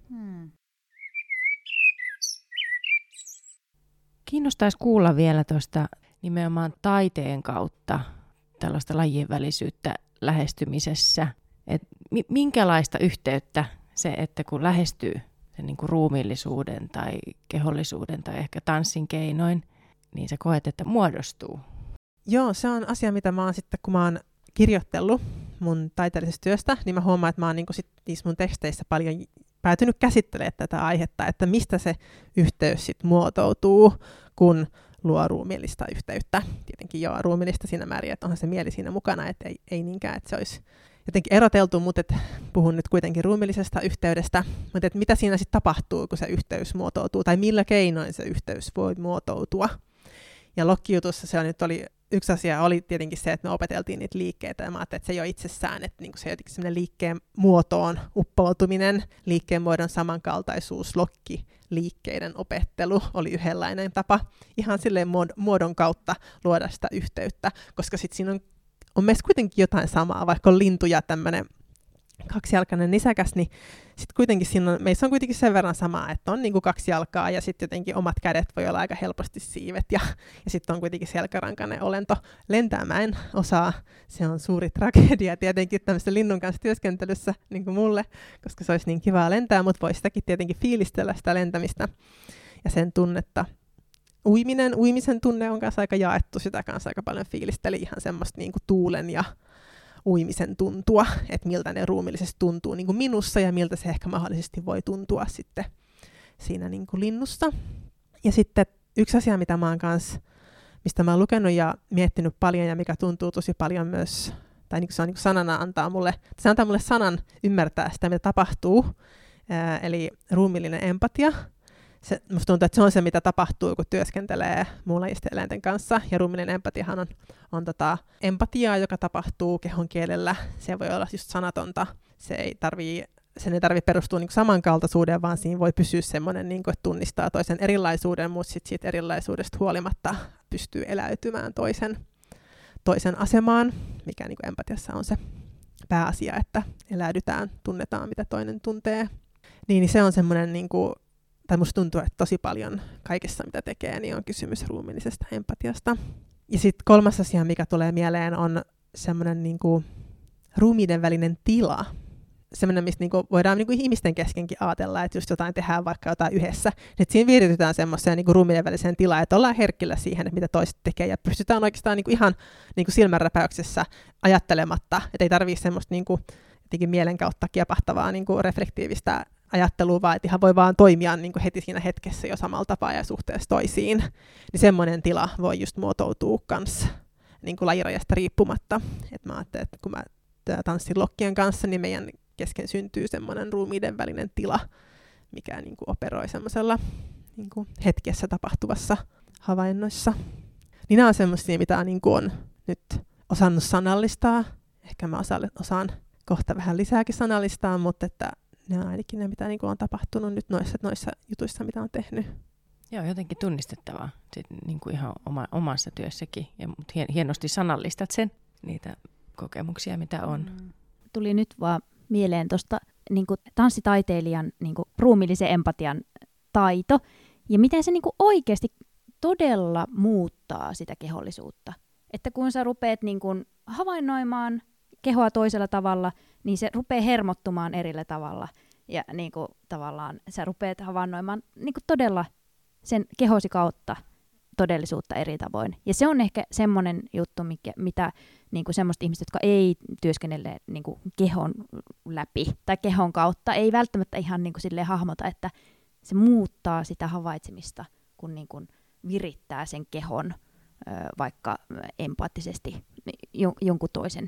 Kiinnostaisi kuulla vielä tuosta nimenomaan taiteen kautta tällaista lajien välisyyttä lähestymisessä. Et minkälaista yhteyttä se, että kun lähestyy sen niin kuin ruumiillisuuden tai kehollisuuden tai ehkä tanssin keinoin, niin sä koet, että muodostuu? Joo, se on asia, mitä mä oon sitten, kun mä oon kirjoitellut mun taiteellisesta työstä, niin mä huomaan, että mä oon niin kuin sit niissä mun teksteissä paljon päätynyt käsittelemään tätä aihetta, että mistä se yhteys sitten muotoutuu, kun luo ruumiillista yhteyttä. Tietenkin joo, ruumiillista siinä määrin, että onhan se mieli siinä mukana, että ei niinkään, että se olisi jotenkin eroteltu, mutta puhun nyt kuitenkin ruumiillisesta yhteydestä, mutta mitä siinä sitten tapahtuu, kun se yhteys muotoutuu, tai millä keinoin se yhteys voi muotoutua. Ja Locke-jutussa se nyt oli, yksi asia oli tietenkin se, että me opeteltiin niitä liikkeitä, ja mä ajattelin, että se jo itsessään, että niinku se jotenkin semmoinen liikkeen muotoon uppoutuminen, liikkeen muodon samankaltaisuus, Locke-liikkeiden opettelu oli yhdenlainen tapa ihan silleen muodon kautta luoda sitä yhteyttä, koska sitten siinä on meissä kuitenkin jotain samaa, vaikka on lintu ja tämmöinen kaksijalkainen nisäkäs, niin sitten kuitenkin meissä on kuitenkin sen verran samaa, että on niinku 2 jalkaa ja sitten jotenkin omat kädet voi olla aika helposti siivet ja sitten on kuitenkin selkärankainen olento. Lentää mä en osaa, se on suuri tragedia tietenkin tämmöisen linnun kanssa työskentelyssä niin kuin mulle, koska se olisi niin kivaa lentää, mutta voi sitäkin tietenkin fiilistellä sitä lentämistä ja sen tunnetta. Uimisen tunne on kanssa aika jaettu, sitä kanssa aika paljon fiilisteli ihan semmoista niinku tuulen ja uimisen tuntua, että miltä ne ruumiillisesti tuntuu niin kuin minussa ja miltä se ehkä mahdollisesti voi tuntua sitten siinä niin kuin linnussa. Ja sitten yksi asia, mistä mä oon lukenut ja miettinyt paljon ja mikä tuntuu tosi paljon myös, tai niin kuin se on niin kuin sanana antaa mulle sanan ymmärtää sitä, mitä tapahtuu, eli ruumiillinen empatia. Musta tuntuu, että se on se, mitä tapahtuu, kun työskentelee muunlajisten eläinten kanssa. Ja ruumiillinen empatiahan on empatiaa, joka tapahtuu kehon kielellä. Se voi olla just sanatonta. Sen ei tarvitse perustua niin samankaltaisuuteen, vaan siinä voi pysyä semmoinen, niin että tunnistaa toisen erilaisuuden, mutta sit siitä erilaisuudesta huolimatta pystyy eläytymään toisen asemaan, mikä niin empatiassa on se pääasia, että eläydytään, tunnetaan, mitä toinen tuntee. Niin se on semmoinen tai musta tuntuu, että tosi paljon kaikessa, mitä tekee, niin on kysymys ruumiillisesta empatiasta. Ja sitten 3. asia, mikä tulee mieleen, on semmoinen ruumiiden välinen tila. Semmoinen, mistä voidaan ihmisten keskenkin ajatella, että just jotain tehdään vaikka jotain yhdessä. Että siinä viiritytään semmoiseen ruumiiden väliseen tilaan, että ollaan herkkillä siihen, että mitä toiset tekee. Ja pystytään oikeastaan ihan silmänräpäyksessä ajattelematta, että ei tarvitse semmoista jotenkin mielen kautta kiepahtavaa reflektiivistä ajattelua, vaan että ihan voi vaan toimia heti siinä hetkessä jo samalla tapaa ja suhteessa toisiin. Niin semmoinen tila voi just muotoutua kans lajirajasta riippumatta. Et mä ajattelin, että kun mä tanssin Lockien kanssa, niin meidän kesken syntyy semmoinen ruumiiden välinen tila, mikä operoi semmoisella hetkessä tapahtuvassa havainnoissa. Niin nämä on semmoisia, mitä on nyt osannut sanallistaa. Ehkä mä osaan kohta vähän lisääkin sanallistaa, mutta että ne on ainakin ne, mitä on tapahtunut nyt noissa jutuissa, mitä on tehnyt. Joo, jotenkin tunnistettavaa ihan omassa työssäkin. Mutta hienosti sanallistat niitä kokemuksia, mitä on. Tuli nyt vaan mieleen tuosta tanssitaiteilijan ruumiillisen empatian taito. Ja miten se oikeasti todella muuttaa sitä kehollisuutta. Että kun sä rupeat havainnoimaan kehoa toisella tavalla, niin se rupeaa hermottumaan erillä tavalla. Ja tavallaan sä rupeat havainnoimaan todella sen kehosi kautta todellisuutta eri tavoin. Ja se on ehkä semmoinen juttu, mitä semmoiset ihmiset, jotka ei työskennelle kehon läpi tai kehon kautta, ei välttämättä ihan silleen hahmota, että se muuttaa sitä havaitsemista, kun virittää sen kehon vaikka empaattisesti jonkun toisen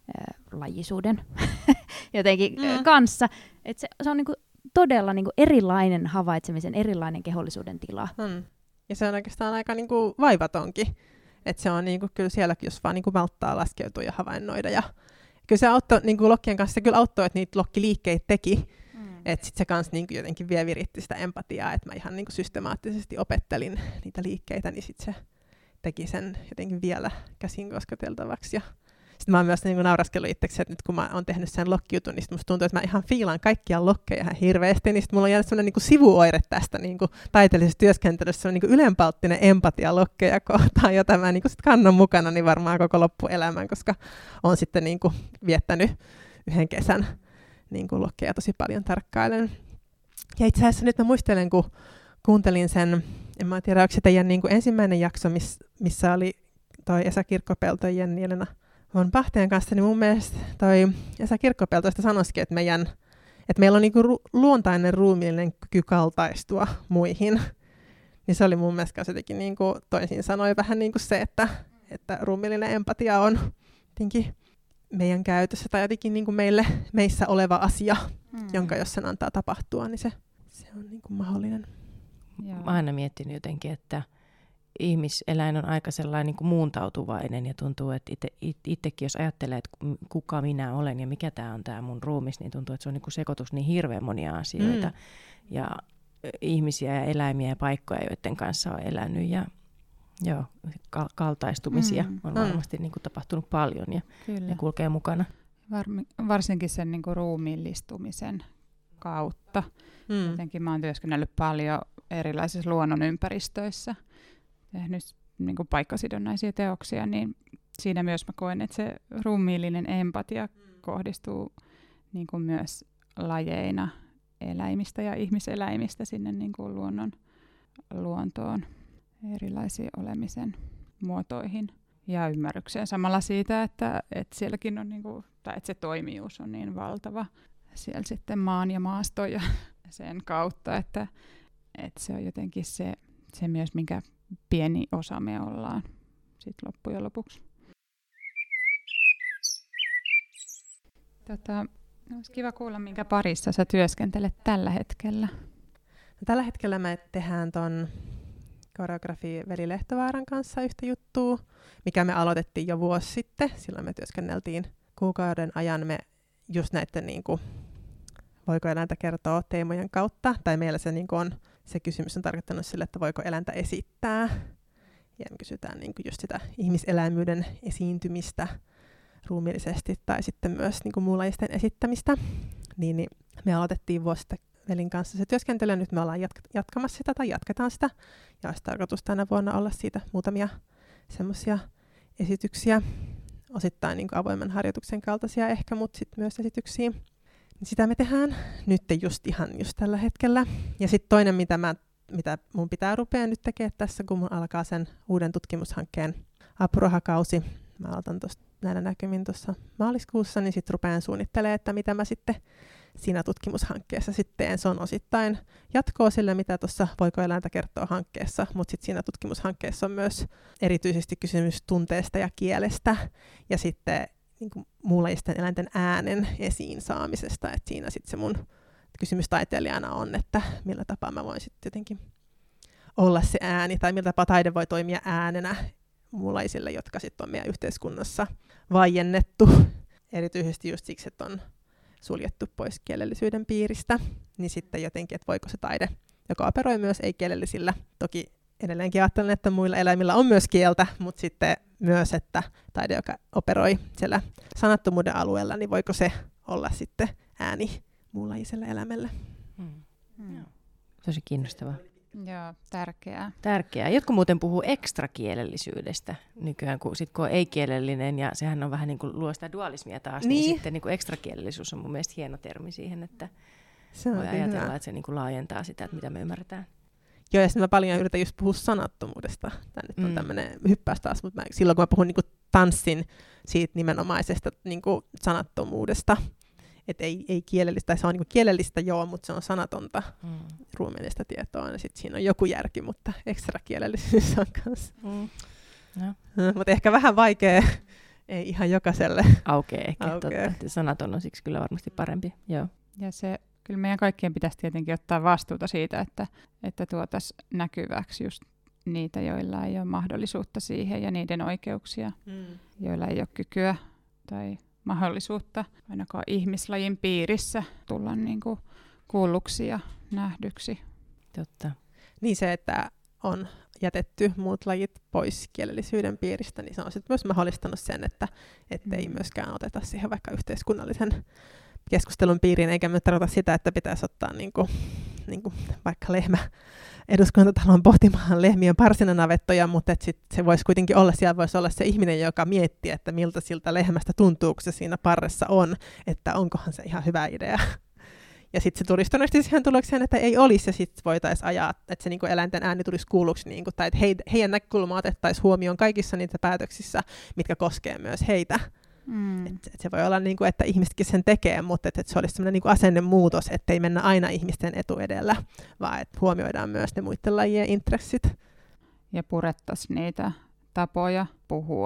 lajisuuden jotenkin kanssa. Et se on todella erilainen havaitsemisen, erilainen kehollisuuden tila. Ja se on oikeastaan aika vaivatonkin. Että se on kyllä sielläkin, jos vaan malttaa laskeutua ja havainnoida. Ja kyllä se auttoi, Lockien kanssa se kyllä auttoi, että niitä Lockki-liikkeitä teki. Että sitten se kanssa jotenkin vielä viritti sitä empatiaa, että mä ihan systemaattisesti opettelin niitä liikkeitä, niin sitten se teki sen jotenkin vielä käsin kosketeltavaksi. Ja sitten mä oon myös nauraskellut itseksi, että nyt kun mä oon tehnyt sen Lock-jutun, niin musta tuntuu, että mä ihan fiilaan kaikkia lokkeja ihan hirveästi, niin sitten mulla on jäänyt sellainen sivuoire tästä taiteellisessa työskentelyssä, sellainen ylenpalttinen empatia lokkeja kohtaan, jota mä sit kannan mukana niin varmaan koko loppuelämän, koska oon sitten viettänyt yhden kesän lokkeja tosi paljon tarkkailen. Ja itse asiassa nyt mä muistelen, kun kuuntelin sen, en mä tiedä, onko se teidän ensimmäinen jakso, missä oli toi Esa Kirkkopelto ja Jenni-Elena von Pahteen kanssa, niin mun mielestä toi Esa Kirkkopeltoista sanoisikin, että meillä on luontainen ruumiillinen kyky kaltaistua muihin. Niin se oli mun mielestä jotenkin toisin sanoen vähän se, että ruumiillinen empatia on jotenkin meidän käytössä tai jotenkin niin kuin meissä oleva asia, jonka jos sen antaa tapahtua, niin se on niin kuin mahdollinen. Mä oon aina miettinyt jotenkin, että ihmiseläin on aika sellainen niin kuin muuntautuvainen ja tuntuu, että itsekin jos ajattelee, että kuka minä olen ja mikä tämä on tämä mun ruumis, niin tuntuu, että se on niin kuin sekoitus niin hirveän monia asioita ja ihmisiä ja eläimiä ja paikkoja, joiden kanssa on elänyt ja kaltaistumisia on varmasti niin kuin tapahtunut paljon ja ne kulkee mukana. Varsinkin sen niin kuin ruumiillistumisen kautta. Jotenkin mä oon työskennellyt paljon erilaisissa luonnonympäristöissä, tehnyt niin kuin paikkasidonnaisia teoksia, niin siinä myös mä koen, että se ruumiillinen empatia kohdistuu niin kuin myös lajeina eläimistä ja ihmiseläimistä sinne niin kuin luontoon, erilaisiin olemisen muotoihin ja ymmärrykseen samalla siitä, että sielläkin on niin kuin, tai että se toimijuus on niin valtava siellä sitten maan ja maaston ja sen kautta, että se on jotenkin se myös, minkä pieni osa me ollaan sit loppujen lopuksi. Olisi kiva kuulla, minkä parissa sä työskentelet tällä hetkellä. No, tällä hetkellä me tehdään ton koreografi Veli Lehtovaaran kanssa yhtä juttua, mikä me aloitettiin jo vuosi sitten. Silloin me työskenneltiin kuukauden ajan me just näiden niinku, voiko eläintä kertoa teemojen kautta, tai meillä se, niinku on, se kysymys on tarkoittanut sille, että voiko eläintä esittää. Ja me kysytään niinku just sitä ihmiseläimyyden esiintymistä ruumiillisesti tai sitten myös niinku muunlajisten esittämistä. Niin me aloitettiin vuosi sitten Velin kanssa se työskentely, nyt me ollaan jatkamassa sitä tai jatketaan sitä. Ja olisi tarkoitus tänä vuonna olla siitä muutamia semmoisia esityksiä, osittain niin kuin avoimen harjoituksen kaltaisia ehkä, mutta sitten myös esityksiä. Sitä me tehdään nyt just tällä hetkellä. Ja sitten toinen, mitä mun pitää rupea nyt tekemään tässä, kun mun alkaa sen uuden tutkimushankkeen apurahakausi. Mä aloitan näillä näkymin tuossa maaliskuussa, niin sitten rupean suunnittelemaan, että mitä mä sitten siinä tutkimushankkeessa sitten. Se on osittain jatkoa sille, mitä tuossa Voiko eläintä kertoa -hankkeessa, mutta sitten siinä tutkimushankkeessa on myös erityisesti kysymys tunteesta ja kielestä ja sitten niin kuin muunlajisten eläinten äänen esiin saamisesta. Et siinä sitten se mun kysymys taiteilijana on, että millä tapaa mä voin sitten jotenkin olla se ääni tai millä tapaa taide voi toimia äänenä muunlaisille, jotka sitten on meidän yhteiskunnassa vaiennettu. Erityisesti just siksi, että on suljettu pois kielellisyyden piiristä, niin sitten jotenkin, että voiko se taide, joka operoi myös ei-kielellisillä. Toki edelleenkin ajattelen, että muilla eläimillä on myös kieltä, mutta sitten myös, että taide, joka operoi siellä sanattomuuden alueella, niin voiko se olla sitten ääni muunlaiselle eläimelle. Tosi kiinnostavaa. Joo, tärkeää. Tärkeää. Jotkut muuten puhuu ekstrakielellisyydestä nykyään, kun on ei-kielellinen, ja sehän on vähän niin kuin luo sitä dualismia taas, niin sitten niin kuin ekstrakielellisyys on mun mielestä hieno termi siihen, että voi ajatella, hyvä, että se niin kuin laajentaa sitä, että mitä me ymmärretään. Joo, ja sitten mä paljon yritän just puhua sanattomuudesta. Tämä nyt on tämmöinen hyppäys taas, mutta silloin kun mä puhun niin kuin tanssin siitä nimenomaisesta niin kuin sanattomuudesta, että ei kielellistä, tai se on niin kuin kielellistä joo, mutta se on sanatonta ruumiillista tietoa, niin sitten siinä on joku järki, mutta ekstrakielellisyys on kanssa. Mutta ehkä vähän vaikea, ei ihan jokaiselle. Aukee ehkä, totta. Sanaton on siksi kyllä varmasti parempi, joo. Ja se, kyllä meidän kaikkien pitäisi tietenkin ottaa vastuuta siitä, että tuotaisiin näkyväksi just niitä, joilla ei ole mahdollisuutta siihen, ja niiden oikeuksia, joilla ei ole kykyä tai mahdollisuutta ainakaan ihmislajin piirissä tulla niin kuin kuulluksi ja nähdyksi. Totta. Niin se, että on jätetty muut lajit pois kielellisyyden piiristä, niin se on sitten myös mahdollistanut sen, että ei myöskään oteta siihen vaikka yhteiskunnallisen keskustelun piiriin, eikä myös tarkoita sitä, että pitäisi ottaa niin kuin vaikka lehmä eduskuntatalon pohtimaan lehmien parsinanavettoja, mutta se voisi kuitenkin olla, siellä voisi olla se ihminen, joka miettii, että miltä siltä lehmästä tuntuu, kun se siinä parressa on, että onkohan se ihan hyvä idea. Ja sitten se tulisi todennäköisesti siihen tulokseen, että ei olisi, ja sitten voitaisiin ajaa, että se niinku eläinten ääni tulisi kuulluksi, niinku, tai että heidän näkökulma otettaisiin huomioon kaikissa niitä päätöksissä, mitkä koskee myös heitä. Et se voi olla, niinku, että ihmisetkin sen tekee, mutta että se olisi sellainen niinku asennemuutos, ettei mennä aina ihmisten etu edellä, vaan että huomioidaan myös ne muiden lajien intressit. Ja purettaisiin niitä tapoja puhua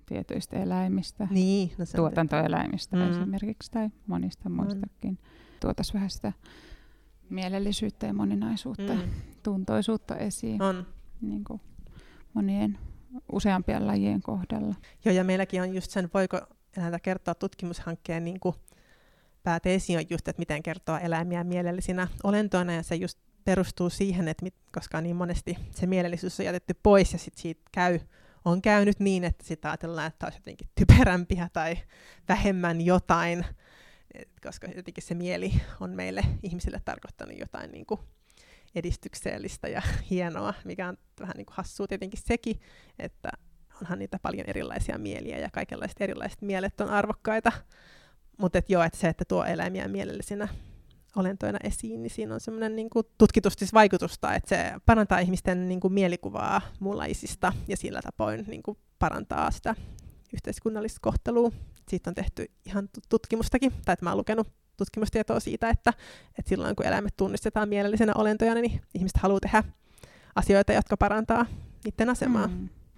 tietyistä eläimistä, niin, no tuotantoeläimistä esimerkiksi tai monista muistakin. Tuotaisiin vähän sitä mielellisyyttä ja moninaisuutta, tuntoisuutta esiin niin kuin monien useampien lajien kohdalla. Joo, ja meilläkin on just sen Voiko eläintä kertoa -tutkimushankkeen niin kuin pääteesi on just, että miten kertoa eläimiä mielellisinä olentoina, ja se just perustuu siihen, että koska niin monesti se mielellisyys on jätetty pois, ja sitten siitä on käynyt niin, että sitä ajatellaan, että olisi jotenkin typerämpiä tai vähemmän jotain, koska jotenkin se mieli on meille ihmisille tarkoittanut jotain niin kuin edistyksellistä ja hienoa, mikä on vähän niin kuin hassua tietenkin sekin, että onhan niitä paljon erilaisia mieliä ja kaikenlaiset erilaiset mielet on arvokkaita. Mutta että se, että tuo eläimiä mielellisinä olentoina esiin, niin siinä on semmoinen niin kuin tutkitusti vaikutusta, että se parantaa ihmisten niin kuin mielikuvaa muunlaisista ja sillä tapoin niin kuin parantaa sitä yhteiskunnallista kohtelua. Siitä on tehty ihan tutkimustakin, tai että mä oon lukenut tutkimustietoa siitä, että silloin kun eläimet tunnistetaan mielellisenä olentojana, niin ihmiset haluaa tehdä asioita, jotka parantaa niiden asemaa.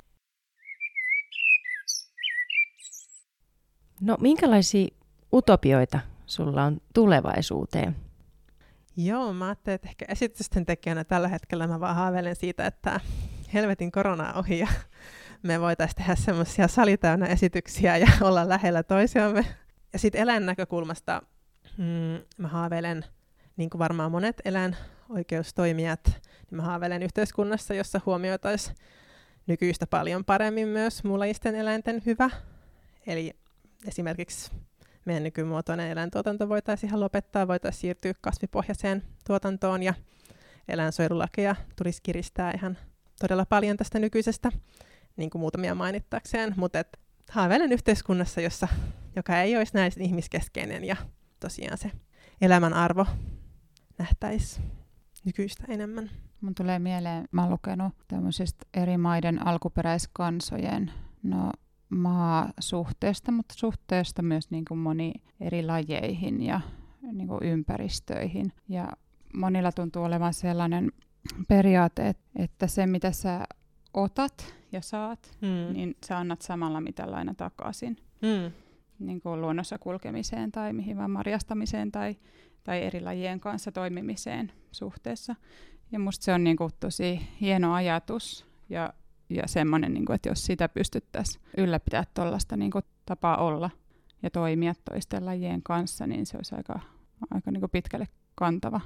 No minkälaisia utopioita sulla on tulevaisuuteen? Joo, mä ajattelin, että ehkä esitysten tekijänä tällä hetkellä mä vaan haaveilen siitä, että helvetin korona ohi ja me voitaisiin tehdä semmoisia salitäynnä esityksiä ja olla lähellä toisiamme. Ja sitten eläin näkökulmasta mä haaveilen, niin kuin varmaan monet eläinoikeustoimijat, niin mä haaveilen yhteiskunnassa, jossa huomioitaisiin nykyistä paljon paremmin myös muunlajisten eläinten hyvä. Eli esimerkiksi meidän nykymuotoinen eläintuotanto voitaisiin ihan lopettaa, voitaisiin siirtyä kasvipohjaiseen tuotantoon ja eläinsuojelulakeja tulisi kiristää ihan todella paljon tästä nykyisestä, niin kuin muutamia mainittaakseen, mutta haaveilen yhteiskunnassa, joka ei olisi näin ihmiskeskeinen ja tosiaan se elämän arvo nähtäisi nykyistä enemmän. Mun tulee mieleen, mä oon lukenut tämmöisistä eri maiden alkuperäiskansojen maasuhteesta, mutta suhteesta myös niin kuin moni eri lajeihin ja niin kuin ympäristöihin. Ja monilla tuntuu olevan sellainen periaate, että se mitä sä otat ja saat, niin sä annat samalla mitä laina takaisin. Niin kuin luonnossa kulkemiseen tai mihin vaan marjastamiseen tai eri lajien kanssa toimimiseen suhteessa. Ja musta se on niin kuin tosi hieno ajatus ja semmoinen, niin kuin, että jos sitä pystyttäisiin ylläpitämään tuollaista niin kuin tapaa olla ja toimia toisten lajien kanssa, niin se olisi aika niin kuin pitkälle kantava.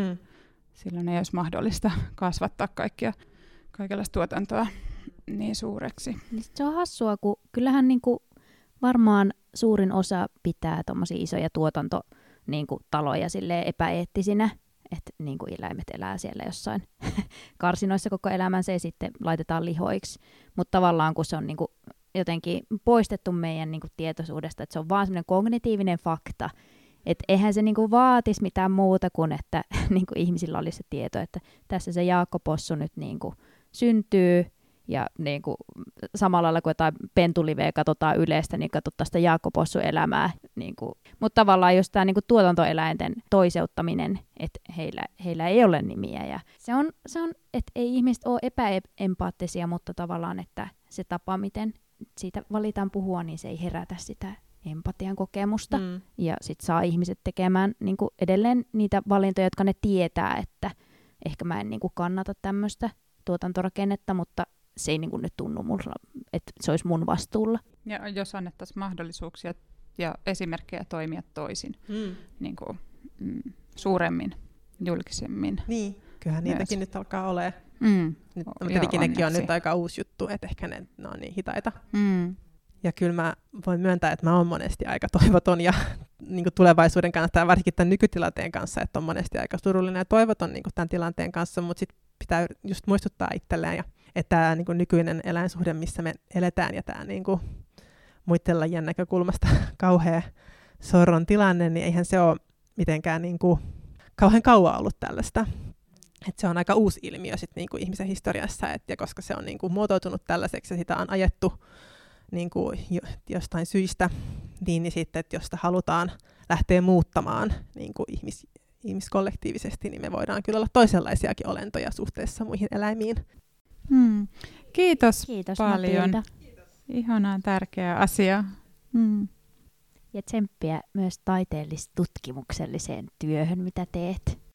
Silloin ei olisi mahdollista kasvattaa kaikenlaista tuotantoa niin suureksi. Se on hassua, kun kyllähän niin kuin varmaan suurin osa pitää tuommoisia isoja tuotantotaloja silleen epäeettisinä, että niin kuin eläimet elää siellä jossain karsinoissa koko elämänsä ja sitten laitetaan lihoiksi. Mutta tavallaan kun se on niin kuin jotenkin poistettu meidän niin kuin tietoisuudesta, että se on vaan semmoinen kognitiivinen fakta, että eihän se niin kuin vaatisi mitään muuta kuin, että niin kuin ihmisillä olisi se tieto, että tässä se jaakkopossu nyt niin kuin syntyy. Ja niin kuin, samalla lailla kuin jotain pentuliveä katsotaan yleistä, niin katsotaan sitä jaakkopossun elämää. Niin mutta tavallaan just tämä niin kuin tuotantoeläinten toiseuttaminen, että heillä ei ole nimiä. Ja se on, että ei ihmiset ole epäempaattisia, mutta tavallaan, että se tapa, miten siitä valitaan puhua, niin se ei herätä sitä empatian kokemusta. Ja sitten saa ihmiset tekemään niin kuin edelleen niitä valintoja, jotka ne tietää, että ehkä mä en niin kuin kannata tämmöistä tuotantorakennetta, mutta se ei niin kuin nyt tunnu mulla, että se olisi mun vastuulla. Ja jos annettaisiin mahdollisuuksia ja esimerkkejä toimia toisin, niin kuin, suuremmin, julkisemmin. Niin, kyllähän niitäkin nyt alkaa olemaan. Mutta tietenkin nekin on nyt aika uusi juttu, että ehkä ne on niin hitaita. Ja kyllä mä voin myöntää, että mä oon monesti aika toivoton ja niin kuin tulevaisuuden kannalta ja varsinkin tämän nykytilanteen kanssa, että on monesti aika surullinen ja toivoton niin kuin tämän tilanteen kanssa, mutta sitten pitää just muistuttaa itselleen, että tämä niin kuin nykyinen eläinsuhde, missä me eletään ja tämä niin kuin muiden lajien näkökulmasta kauhea sorron tilanne, niin eihän se ole mitenkään niin kuin kauhean kauan ollut tällaista. Et se on aika uusi ilmiö sit niin kuin ihmisen historiassa, ja koska se on niin kuin muotoutunut tällaiseksi ja sitä on ajettu niin kuin jostain syistä, niin sitten, että jos sitä halutaan lähteä muuttamaan niin kuin ihmiskollektiivisesti, niin me voidaan kyllä olla toisenlaisiakin olentoja suhteessa muihin eläimiin. Kiitos paljon. Matilda. Ihanaa, tärkeä asia. Ja tsemppiä myös taiteellis-tutkimukselliseen työhön, mitä teet.